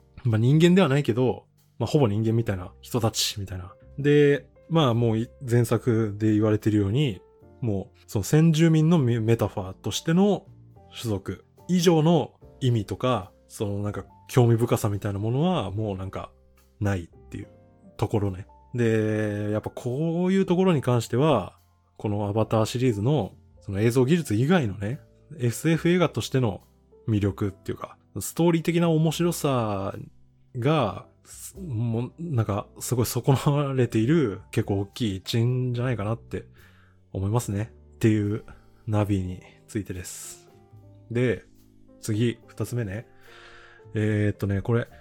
まあ人間ではないけど、まあほぼ人間みたいな人たちみたいな。で、まあもう前作で言われてるように、もうその先住民のメタファーとしての種族以上の意味とか、そのなんか興味深さみたいなものはもうなんかないっていうところね。で、やっぱこういうところに関しては、このアバターシリーズのその映像技術以外のね、SF 映画としての魅力っていうか、ストーリー的な面白さが、もうなんかすごい損なわれている結構大きい一因じゃないかなって思いますね。っていうナビについてです。で、次、二つ目ね。これ、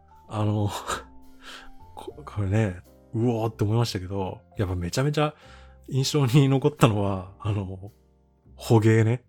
これね、うおーって思いましたけど、やっぱめちゃめちゃ印象に残ったのは、捕鯨ね。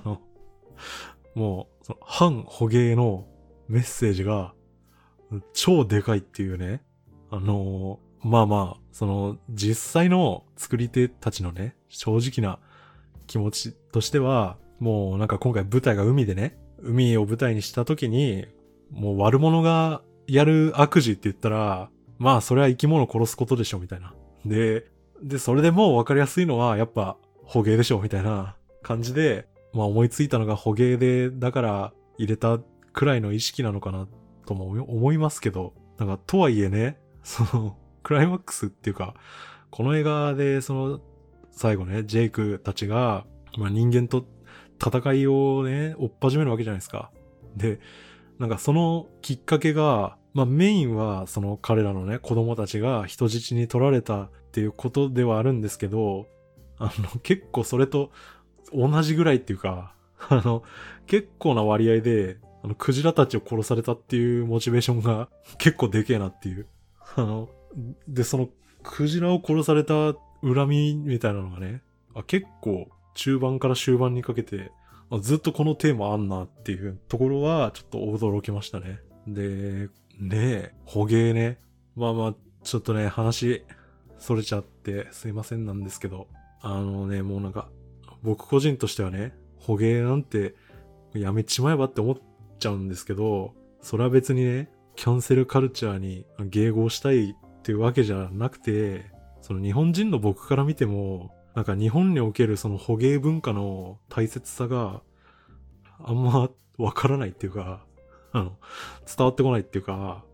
もう、その反捕鯨のメッセージが超でかいっていうね。まあまあ、その実際の作り手たちのね、正直な気持ちとしては、もうなんか今回舞台が海でね、海を舞台にした時に、もう悪者がやる悪事って言ったら、まあそれは生き物を殺すことでしょみたいな。で、それでもう分かりやすいのはやっぱ捕鯨でしょみたいな感じで、まあ思いついたのが捕鯨で、だから入れたくらいの意識なのかなとも思いますけど、なんかとはいえね、そのクライマックスっていうか、この映画でその最後ね、ジェイクたちが、まあ人間と戦いをね、追っ始めるわけじゃないですか。で、なんかそのきっかけが、まあメインはその彼らのね、子供たちが人質に取られたっていうことではあるんですけど、 結構それと同じぐらいっていうか、結構な割合で、クジラたちを殺されたっていうモチベーションが結構でけえなっていう。で、そのクジラを殺された恨みみたいなのがね、結構中盤から終盤にかけて、ずっとこのテーマあんなっていうところはちょっと驚きましたね。で、捕鯨ね。まあまあ、ちょっとね、話、それちゃってすいませんなんですけど、もうなんか、僕個人としてはね、捕鯨なんてやめちまえばって思っちゃうんですけど、それは別にね、キャンセルカルチャーに迎合したいっていうわけじゃなくて、その日本人の僕から見ても、なんか日本におけるその捕鯨文化の大切さがあんまわからないっていうか、伝わってこないっていうか、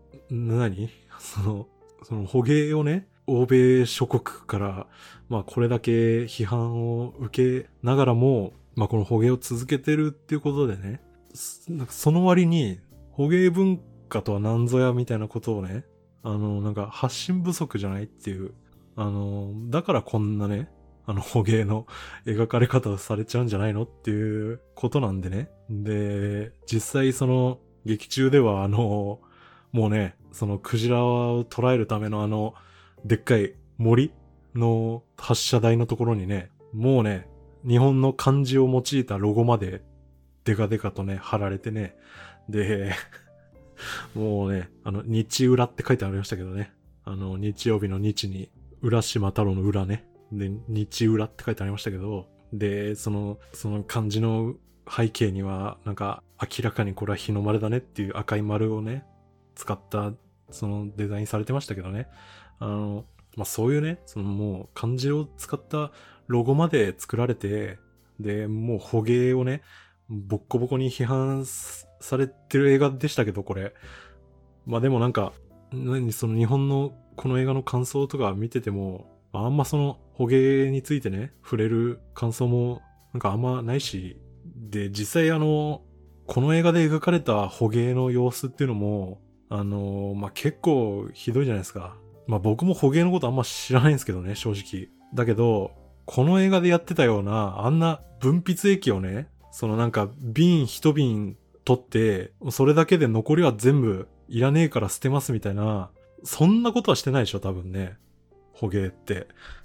その捕鯨をね、欧米諸国から、まあこれだけ批判を受けながらも、まあこの捕鯨を続けてるっていうことでね、なんかその割に捕鯨文化とは何ぞやみたいなことをね、なんか発信不足じゃないっていう、だからこんなね、捕鯨の描かれ方をされちゃうんじゃないのっていうことなんでね。で、実際その劇中ではもうね、そのクジラを捕らえるためのでっかい森の発射台のところにね、もうね、日本の漢字を用いたロゴまでデカデカとね、貼られてね。で、もうね、日浦って書いてありましたけどね。日曜日の日に、浦島太郎の浦ね。で、日浦って書いてありましたけど、で、その漢字の背景には、なんか、明らかにこれは日の丸だねっていう赤い丸をね、使った、そのデザインされてましたけどね。まあ、そういうね、そのもう漢字を使ったロゴまで作られて、で、もう捕鯨をね、ボッコボコに批判されてる映画でしたけど、これ。まあでもなんか、その日本のこの映画の感想とか見てても、あんまその捕鯨についてね、触れる感想もなんかあんまないし、で、実際この映画で描かれた捕鯨の様子っていうのも、まあ結構ひどいじゃないですか。まあ僕も捕鯨のことあんま知らないんですけどね、正直。だけど、この映画でやってたような、あんな分泌液をね、そのなんか一瓶取って、それだけで残りは全部いらねえから捨てますみたいな、そんなことはしてないでしょ、多分ね。捕鯨って。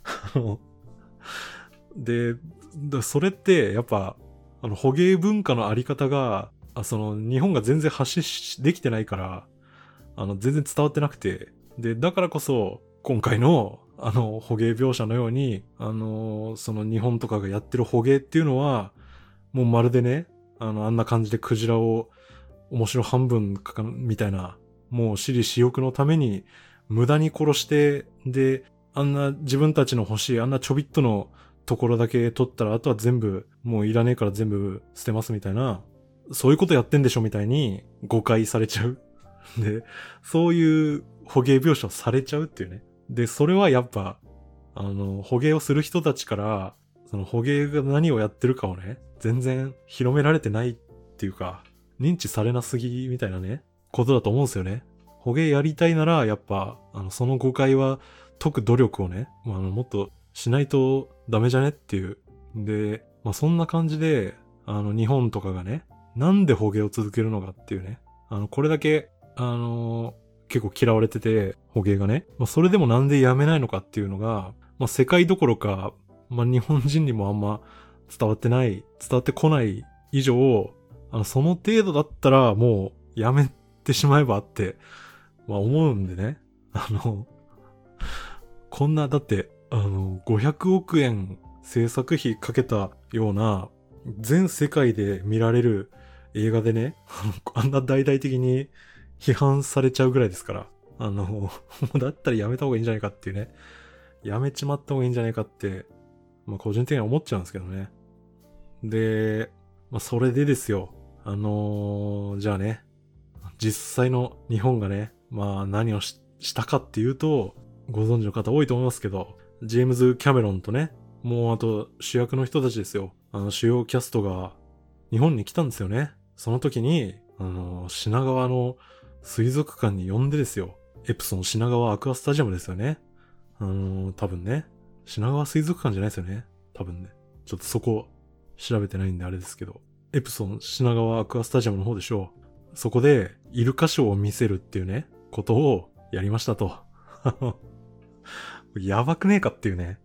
で、それってやっぱ、捕鯨文化のあり方が、日本が全然発信できてないから、全然伝わってなくて、で、だからこそ、今回の、捕鯨描写のように、その日本とかがやってる捕鯨っていうのは、もうまるでね、あんな感じでクジラを面白半分みたいな、もう私利私欲のために無駄に殺して、で、あんな自分たちの欲しい、あんなちょびっとのところだけ取ったら、あとは全部、もういらねえから全部捨てますみたいな、そういうことやってんでしょみたいに誤解されちゃう。で、そういう捕鯨描写をされちゃうっていうね。で、それはやっぱ、捕鯨をする人たちから、その捕鯨が何をやってるかをね、全然広められてないっていうか、認知されなすぎみたいなね、ことだと思うんですよね。捕鯨やりたいなら、やっぱ、その誤解は解く努力をね、もっとしないとダメじゃねっていう。で、まあ、そんな感じで、日本とかがね、なんで捕鯨を続けるのかっていうね。これだけ、結構嫌われてて、捕鯨がね。まあ、それでもなんでやめないのかっていうのが、まあ、世界どころか、まあ、日本人にもあんま伝わってこない以上、その程度だったらもうやめてしまえばって、まあ、思うんでね。こんな、だって、500億円制作費かけたような、全世界で見られる映画でね、あんな大々的に批判されちゃうぐらいですから、もうだったらやめた方がいいんじゃないかっていうね、やめちまった方がいいんじゃないかって、まあ個人的には思っちゃうんですけどね。で、まあそれでですよ、じゃあね、実際の日本がね、まあ何をしたかっていうと、ご存知の方多いと思いますけど、ジェームズ・キャメロンとね、もうあと主役の人たちですよ。主要キャストが日本に来たんですよね。その時に、品川の水族館に呼んでですよ。エプソン品川アクアスタジアムですよね。多分ね。品川水族館じゃないですよね。 多分ね。ちょっとそこ調べてないんであれですけど。エプソン品川アクアスタジアムの方でしょう。そこでイルカショーを見せるっていうね、ことをやりましたと。やばくねえかっていうね。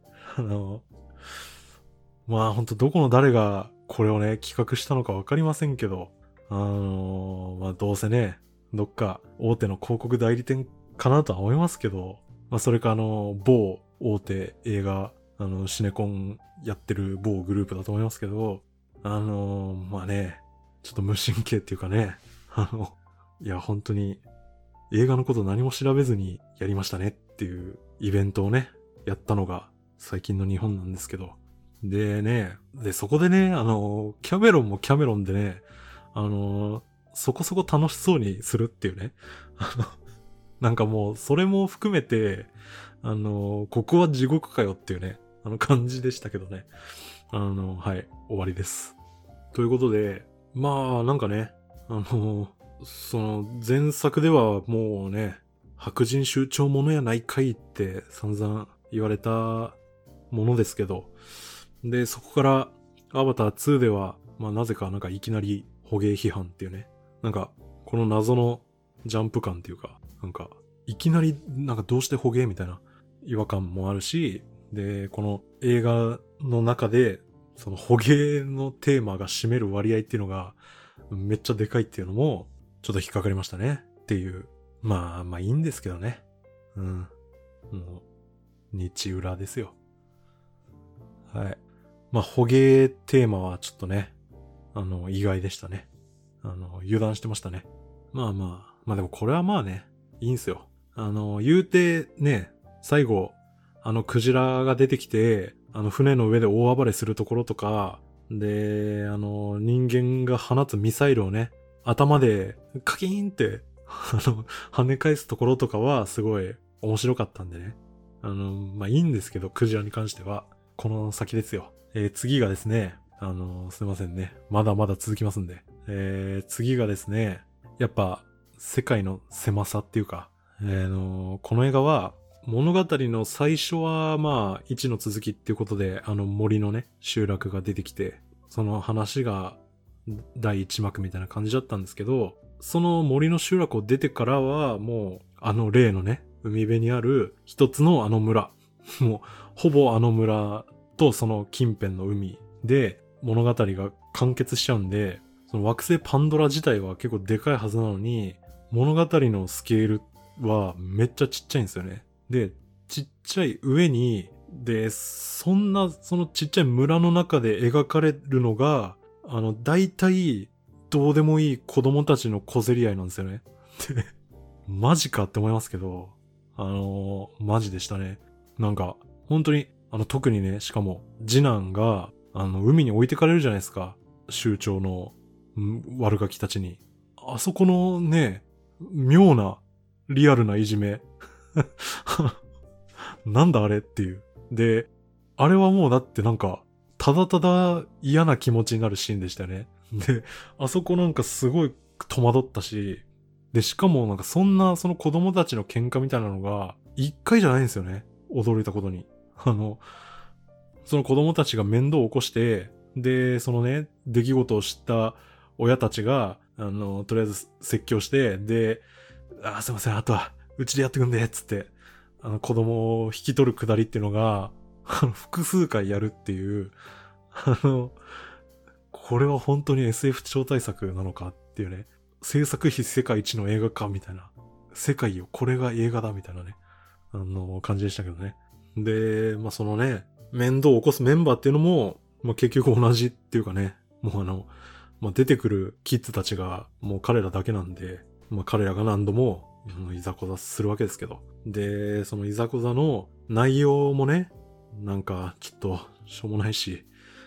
まあほんとどこの誰がこれをね、企画したのかわかりませんけど、まあどうせね、どっか大手の広告代理店かなとは思いますけど、まあそれか某大手映画、シネコンやってる某グループだと思いますけど、まあね、ちょっと無神経っていうかね、いや本当に映画のこと何も調べずにやりましたねっていうイベントをね、やったのが最近の日本なんですけど。でね、そこでね、キャメロンもキャメロンでね、そこそこ楽しそうにするっていうね。なんかもう、それも含めて、ここは地獄かよっていうね、感じでしたけどね。はい、終わりです。ということで、まあ、なんかね、その前作ではもうね、白人酋長ものやないかいって散々言われたものですけど、で、そこからアバター2では、まあなぜかなんかいきなり捕鯨批判っていうね、なんかこの謎のジャンプ感っていうか、なんかいきなりなんかどうして捕鯨みたいな違和感もあるし、で、この映画の中でその捕鯨のテーマが占める割合っていうのがめっちゃでかいっていうのもちょっと引っかかりましたねっていう。まあいいんですけどね。うん。もう、日裏ですよ。はい。まあ捕鯨テーマはちょっとね、意外でしたね。油断してましたね。まあでもこれはまあね、いいんすよ。言うてね、最後、クジラが出てきて、船の上で大暴れするところとか、で、人間が放つミサイルをね、頭でカキーンって、跳ね返すところとかはすごい面白かったんでね。まあいいんですけど、クジラに関しては、この先ですよ。次がですね、すいませんね。まだまだ続きますんで。次がですね、やっぱ、世界の狭さっていうか、この映画は、物語の最初は、まあ、1の続きっていうことで、森のね、集落が出てきて、その話が、第1幕みたいな感じだったんですけど、その森の集落を出てからは、もう、例のね、海辺にある一つの村。もう、ほぼ村とその近辺の海で物語が完結しちゃうんで、その惑星パンドラ自体は結構でかいはずなのに、物語のスケールはめっちゃちっちゃいんですよね。で、ちっちゃい上に、で、そのちっちゃい村の中で描かれるのが、大体、どうでもいい子供たちの小競り合いなんですよね。で、マジかって思いますけど、マジでしたね。なんか、本当に、特にね、しかも、次男が、海に置いてかれるじゃないですか。酋長の、悪ガキたちに。あそこのね、妙な、リアルないじめ。なんだあれっていう。で、あれはもうだってなんか、ただただ嫌な気持ちになるシーンでしたよね。で、あそこなんかすごい戸惑ったし、で、しかもなんかそんなその子供たちの喧嘩みたいなのが、一回じゃないんですよね。驚いたことに。その子供たちが面倒を起こして、で、そのね、出来事を知った親たちが、とりあえず説教して、で、すいません、あとは、うちでやってくんで、つって、子供を引き取るくだりっていうのが、複数回やるっていう、これは本当に SF 超大作なのかっていうね、制作費世界一の映画かみたいな、世界よ、これが映画だみたいなね、感じでしたけどね。で、まあ、そのね、面倒を起こすメンバーっていうのも、まあ、結局同じっていうかね、もうまあ、出てくるキッズたちがもう彼らだけなんで、まあ、彼らが何度もいざこざするわけですけど。で、そのいざこざの内容もね、なんかちょっとしょうもないし、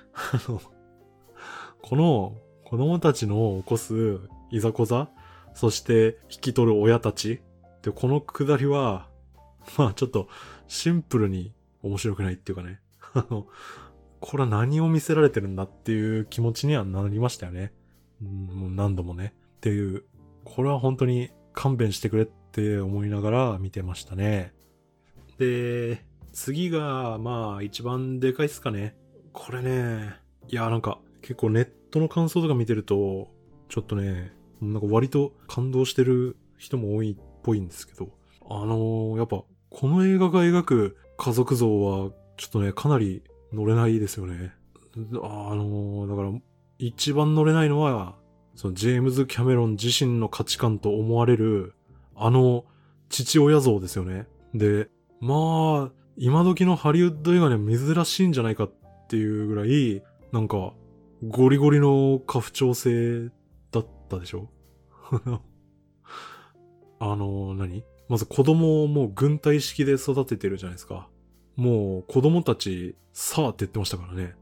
この子供たちの起こすいざこざ、そして引き取る親たちで、このくだりは、まあちょっとシンプルに面白くないっていうかね。これは何を見せられてるんだっていう気持ちにはなりましたよね。もう何度もね。っていう、これは本当に勘弁してくれって思いながら見てましたね。で、次が、まあ一番でかいっすかね。 これね、いやなんか結構ネットの感想とか見てると、ちょっとね、なんか割と感動してる人も多いっぽいんですけど、やっぱこの映画が描く家族像はちょっとね、かなり乗れないですよね。だから一番乗れないのは、そのジェームズ・キャメロン自身の価値観と思われる、父親像ですよね。で、まあ、今時のハリウッド映画には珍しいんじゃないかっていうぐらい、なんか、ゴリゴリの家父長制だったでしょまず子供をもう軍隊式で育ててるじゃないですか。もう子供たち、さあって言ってましたからね。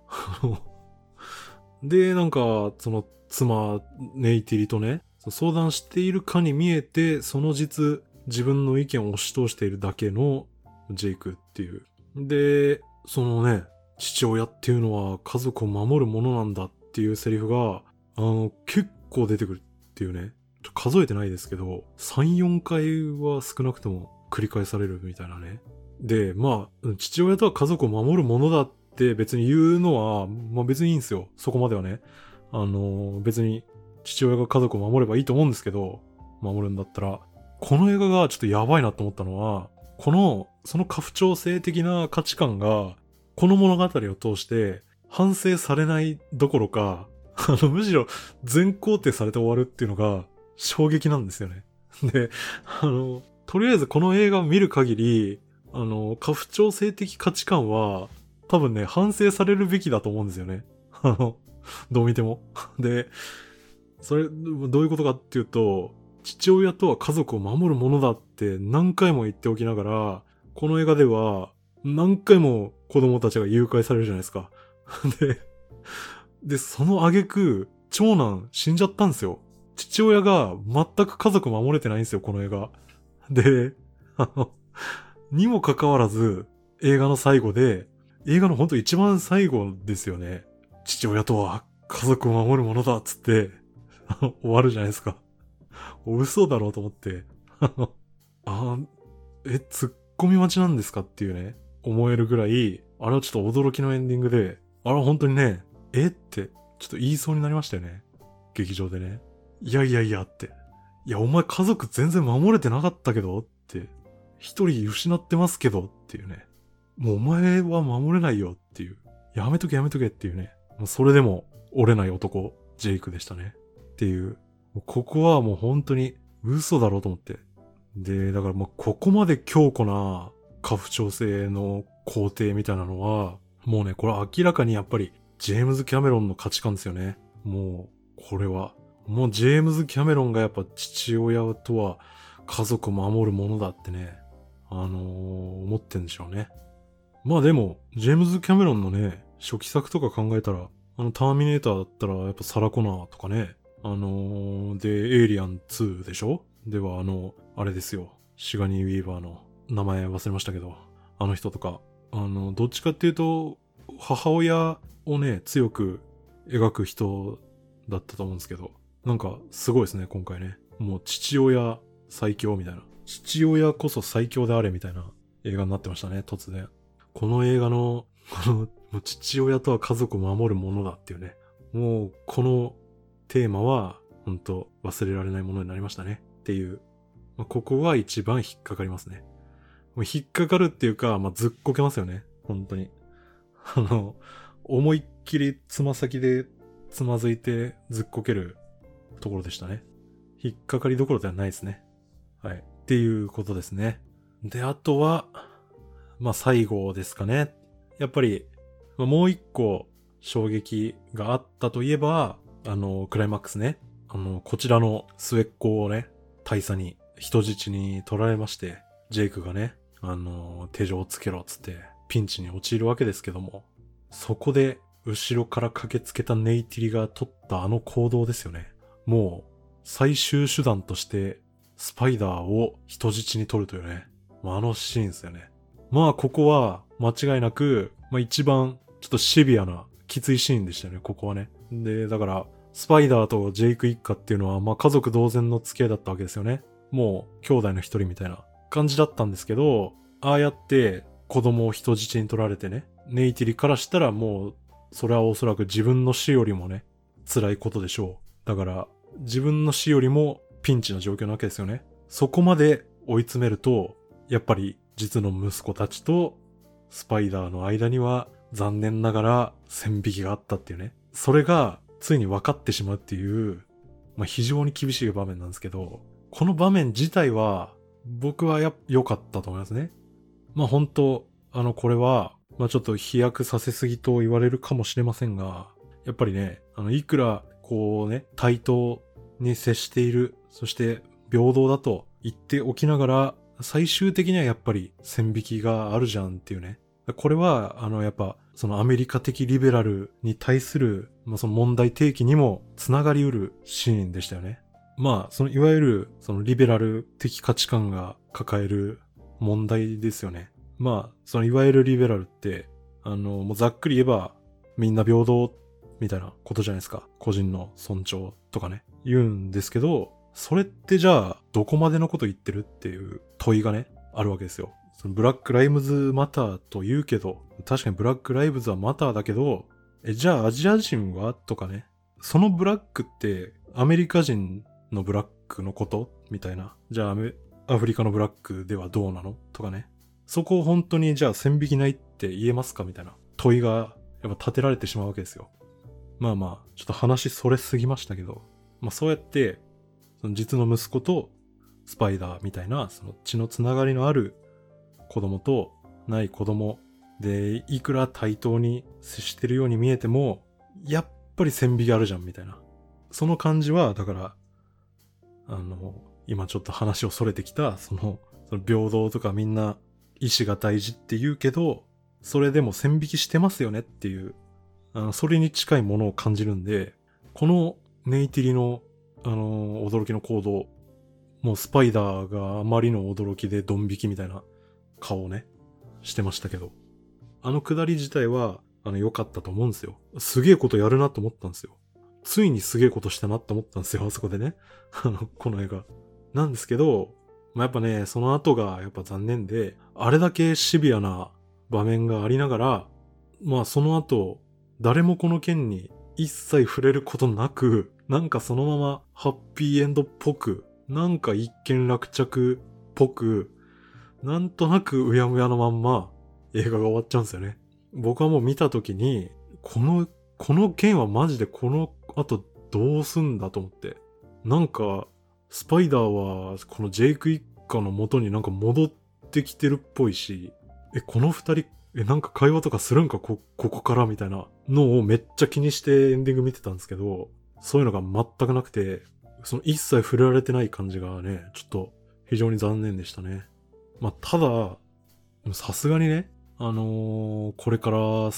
で、なんか、その妻、ネイティリとね、相談しているかに見えて、その実、自分の意見を押し通しているだけのジェイクっていう。で、そのね、父親っていうのは家族を守るものなんだっていうセリフが、結構出てくるっていうね。数えてないですけど、3、4回は少なくとも繰り返されるみたいなね。で、まあ、父親とは家族を守るものだって別に言うのは、まあ別にいいんですよ。そこまではね。別に父親が家族を守ればいいと思うんですけど、守るんだったら、この映画がちょっとやばいなと思ったのは、その家父長制的な価値観が、この物語を通して反省されないどころか、むしろ全肯定されて終わるっていうのが衝撃なんですよね。で、とりあえずこの映画を見る限り、家父長制的価値観は、多分ね、反省されるべきだと思うんですよね。どう見ても。で、それ、どういうことかっていうと、父親とは家族を守るものだって何回も言っておきながら、この映画では何回も子供たちが誘拐されるじゃないですか。で、その挙句、長男死んじゃったんですよ。父親が全く家族守れてないんですよ、この映画。で、にもかかわらず、映画の最後で、映画のほんと一番最後ですよね。父親とは家族を守るものだっつって、終わるじゃないですか。嘘だろうと思って。突っ込み待ちなんですかっていうね、思えるぐらい、あれはちょっと驚きのエンディングで、あれは本当にね、って、ちょっと言いそうになりましたよね。劇場でね。いやって。いや、お前家族全然守れてなかったけどって。一人失ってますけどっていうね。もうお前は守れないよっていう。やめとけっていうね。もうそれでも折れない男、ジェイクでしたね。っていう。ここはもう本当に嘘だろうと思って。で、だからもうここまで強固な家父長制の肯定みたいなのは、もうね、これ明らかにやっぱりジェームズ・キャメロンの価値観ですよね。もう、これは。もうジェームズ・キャメロンがやっぱ父親とは家族を守るものだってね、思ってんでしょうね。まあでも、ジェームズ・キャメロンのね、初期作とか考えたら、ターミネーターだったらやっぱサラコナーとかね、で、エイリアン2でしょではあれですよ。シガニー・ウィーバーの名前忘れましたけど、あの人とか、どっちかっていうと、母親をね、強く描く人だったと思うんですけど、なんかすごいですね、今回ね。もう父親最強みたいな。父親こそ最強であれみたいな映画になってましたね、突然。この映画の、もう父親とは家族を守るものだっていうね。もう、このテーマは、本当忘れられないものになりましたね。っていう。ここは一番引っかかりますね。もう引っかかるっていうか、ずっこけますよね。本当に。思いっきりつま先でつまずいてずっこけるところでしたね。引っかかりどころではないですね。はい。っていうことですね。で、あとは、最後ですかね。やっぱり、もう一個衝撃があったといえば、クライマックスね。こちらの末っ子をね、大佐に人質に取られまして、ジェイクがね、手錠をつけろっつって、ピンチに陥るわけですけども、そこで、後ろから駆けつけたネイティリが取ったあの行動ですよね。もう、最終手段として、スパイダーを人質に取るというね。あのシーンですよね。ここは、間違いなく、一番、ちょっとシビアな、きついシーンでしたよね、ここはね。で、だから、スパイダーとジェイク一家っていうのは、家族同然の付き合いだったわけですよね。もう、兄弟の一人みたいな感じだったんですけど、ああやって、 子供を人質に取られてね、ネイティリからしたらもう、それはおそらく自分の死よりもね、辛いことでしょう。だから、自分の死よりもピンチな状況なわけですよね。そこまで追い詰めると、やっぱり実の息子たちとスパイダーの間には残念ながら線引きがあったっていうね。それがついに分かってしまうっていう、非常に厳しい場面なんですけど、この場面自体は僕は良かったと思いますね。本当これは、ちょっと飛躍させすぎと言われるかもしれませんが、やっぱりね、いくらこうね、対等に接している、そして平等だと言っておきながら、最終的にはやっぱり線引きがあるじゃんっていうね。これは、やっぱ、そのアメリカ的リベラルに対する、その問題提起にもつながりうるシーンでしたよね。そのいわゆる、そのリベラル的価値観が抱える問題ですよね。そのいわゆるリベラルって、もうざっくり言えば、みんな平等みたいなことじゃないですか。個人の尊重とかね、言うんですけど、それってじゃあ、どこまでのこと言ってるっていう問いがね、あるわけですよ。そのブラックライブズマターと言うけど、確かにブラックライブズはマターだけど、じゃあアジア人はとかね、そのブラックってアメリカ人のブラックのことみたいな。じゃあアフリカのブラックではどうなのとかね。そこを本当にじゃあ線引きないって言えますかみたいな問いがやっぱ立てられてしまうわけですよ。ちょっと話それすぎましたけど、そうやって、その実の息子とスパイダーみたいな、その血のつながりのある子供とない子供で、いくら対等に接してるように見えても、やっぱり線引きあるじゃんみたいな。その感じは、だから、今ちょっと話をそれてきた、その平等とかみんな意志が大事って言うけど、それでも線引きしてますよねっていう、それに近いものを感じるんで、このネイティリの、驚きの行動、もうスパイダーがあまりの驚きでドン引きみたいな顔をね、してましたけど、くだり自体は、良かったと思うんですよ。すげえことやるなと思ったんですよ。ついにすげえことしたなって思ったんですよ、あそこでね。この映画。なんですけど、やっぱね、その後がやっぱ残念で、あれだけシビアな場面がありながら、その後、誰もこの件に一切触れることなく、なんかそのままハッピーエンドっぽく、なんか一件落着っぽく、なんとなくうやむやのまんま映画が終わっちゃうんですよね。僕はもう見た時に、この件はマジでこの後どうすんだと思って。なんか、スパイダーはこのジェイク一家の元になんか戻ってきてるっぽいし、この二人、なんか会話とかするんかここからみたいなのをめっちゃ気にしてエンディング見てたんですけど、そういうのが全くなくて、その一切触れられてない感じがね、ちょっと非常に残念でしたね。ただ、さすがにね、これから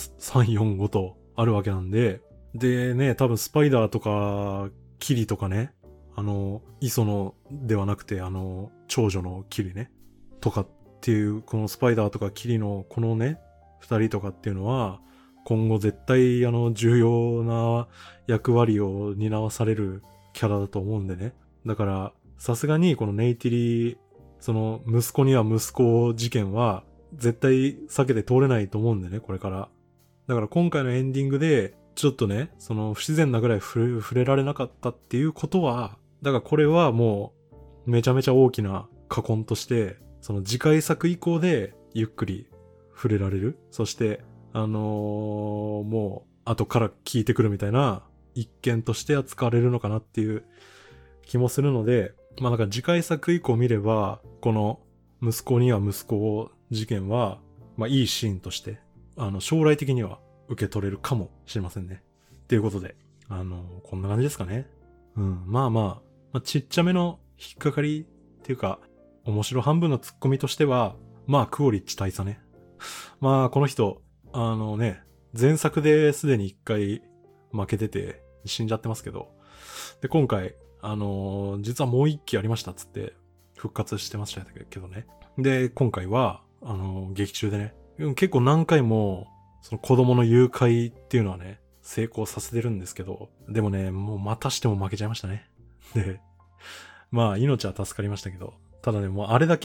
3、4、5とあるわけなんで、でね、多分スパイダーとか、キリとかね、磯野ではなくて、長女のキリね、とかっていう、このスパイダーとかキリのこのね、二人とかっていうのは、今後絶対重要な役割を担わされるキャラだと思うんでね。だから、さすがにこのネイティリ、その息子には息子事件は絶対避けて通れないと思うんでね、これから。だから今回のエンディングで、ちょっとね、その不自然なぐらい触れられなかったっていうことは、だからこれはもうめちゃめちゃ大きな禍根として、その次回作以降でゆっくり触れられる。そして、もう後から聞いてくるみたいな一件として扱われるのかなっていう気もするので、なんか次回作以降見れば、この息子には息子事件は、いいシーンとして、将来的には受け取れるかもしれませんね。っていうことで、こんな感じですかね。ちっちゃめの引っかかりっていうか、面白半分のツッコミとしては、クオリッチ大佐ね。この人、前作ですでに一回負けてて死んじゃってますけど、で、今回、実はもう一期ありましたっつって復活してましたけどね。で、今回は、劇中でね、結構何回も、その子供の誘拐っていうのはね、成功させてるんですけど、でもね、もうまたしても負けちゃいましたね。で、命は助かりましたけど、ただね、もうあれだけ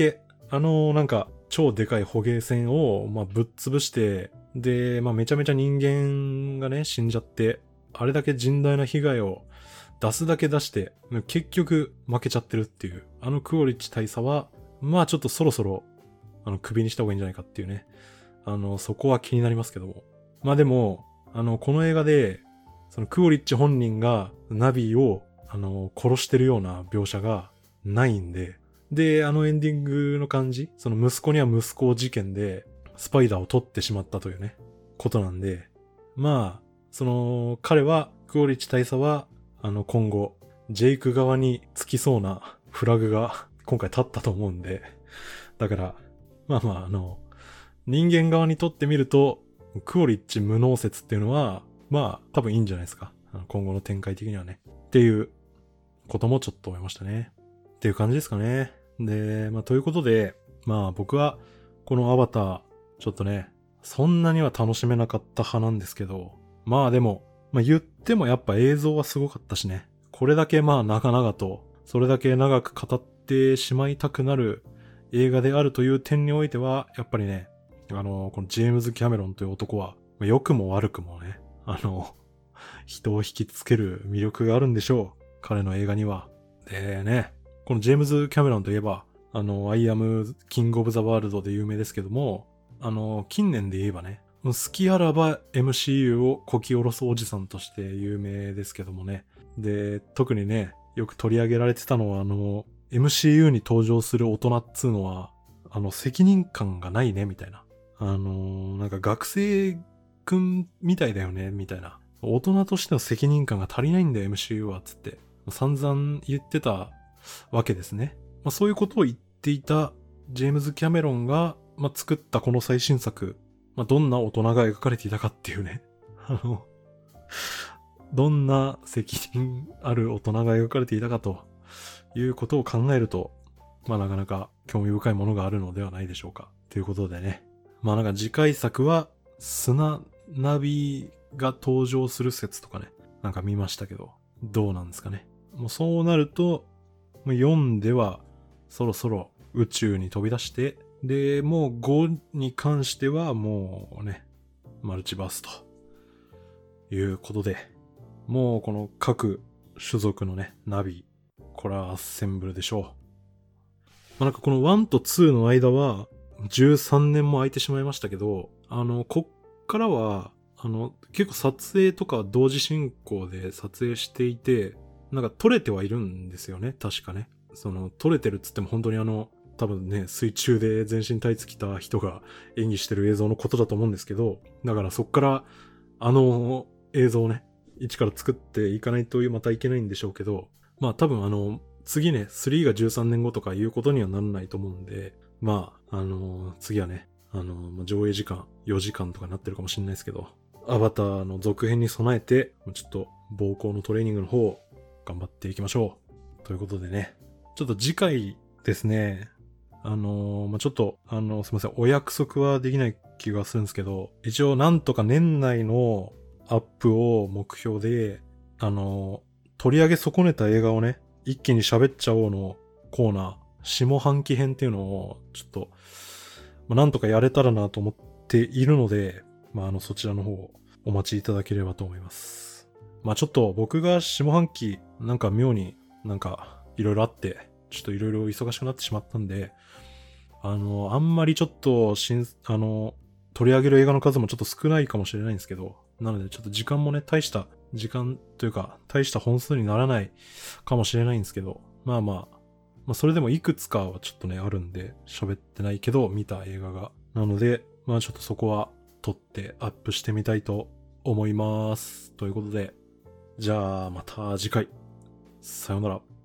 なんか、超でかい捕鯨船を、まあ、ぶっ潰して、で、まあ、めちゃめちゃ人間がね、死んじゃって、あれだけ甚大な被害を出すだけ出して、結局負けちゃってるっていう、クオリッチ大佐は、まあ、ちょっとそろそろ、首にした方がいいんじゃないかっていうね。そこは気になりますけども。まあでも、この映画で、そのクオリッチ本人がナビを、殺してるような描写がないんで、で、エンディングの感じ、その息子には息子事件で、スパイダーを取ってしまったというね、ことなんで、まあ、その、彼は、クオリッチ大佐は、今後、ジェイク側につきそうなフラグが今回立ったと思うんで、だから、まあまあ、人間側にとってみると、クオリッチ無能説っていうのは、まあ、多分いいんじゃないですか。今後の展開的にはね。っていうこともちょっと思いましたね。っていう感じですかね。で、まあ、ということで、まあ僕は、このアバター、ちょっとね、そんなには楽しめなかった派なんですけど、まあでも、まあ言ってもやっぱ映像はすごかったしね。これだけまあ長々と、それだけ長く語ってしまいたくなる映画であるという点においては、やっぱりね、このジェームズ・キャメロンという男は、良くも悪くもね、人を引きつける魅力があるんでしょう。彼の映画には。でね、このジェームズ・キャメロンといえば、アイアム・キング・オブ・ザ・ワールドで有名ですけども、近年で言えばね、好きあらば MCU をこき下ろすおじさんとして有名ですけどもね。で、特にね、よく取り上げられてたのは、MCU に登場する大人っつうのは、責任感がないね、みたいな。なんか学生くんみたいだよね、みたいな。大人としての責任感が足りないんだよ、MCU は、つって。散々言ってたわけですね。まあ、そういうことを言っていたジェームズ・キャメロンが、まあ、作ったこの最新作、まあ、どんな大人が描かれていたかっていうね。どんな責任ある大人が描かれていたかということを考えると、まあなかなか興味深いものがあるのではないでしょうか。ということでね。まあなんか次回作は砂ナビが登場する説とかね。なんか見ましたけど、どうなんですかね。もうそうなると、4ではそろそろ宇宙に飛び出して、で、もう5に関してはもうね、マルチバースということで、もうこの各種族のね、ナビ、これはアッセンブルでしょう。まあ、なんかこの1と2の間は13年も空いてしまいましたけど、こっからは、結構撮影とか同時進行で撮影していて、なんか撮れてはいるんですよね、確かね。撮れてるっつっても本当に多分ね、水中で全身タイツ着た人が演技してる映像のことだと思うんですけど、だからそっから映像をね、一から作っていかないとまたいけないんでしょうけど、まあ多分次ね、3が13年後とかいうことにはならないと思うんで、まあ、次はね、上映時間4時間とかなってるかもしれないですけど、アバターの続編に備えて、ちょっと膀胱のトレーニングの方を頑張っていきましょう。ということでね、ちょっと次回ですね、ちょっと、すみません、お約束はできない気がするんですけど、一応なんとか年内のアップを目標で、取り上げ損ねた映画をね、一気に喋っちゃおうのコーナー、下半期編っていうのを、ちょっと、なんとかやれたらなと思っているので、そちらの方、お待ちいただければと思います。ちょっと僕が下半期、なんか妙になんかいろいろあって、ちょっといろいろ忙しくなってしまったんで、あんまりちょっと取り上げる映画の数もちょっと少ないかもしれないんですけど、なのでちょっと時間もね、大した時間というか、大した本数にならないかもしれないんですけど、まあそれでもいくつかはちょっとね、あるんで、喋ってないけど、見た映画が。なので、ちょっとそこは撮ってアップしてみたいと思います。ということで、じゃあまた次回。さようなら。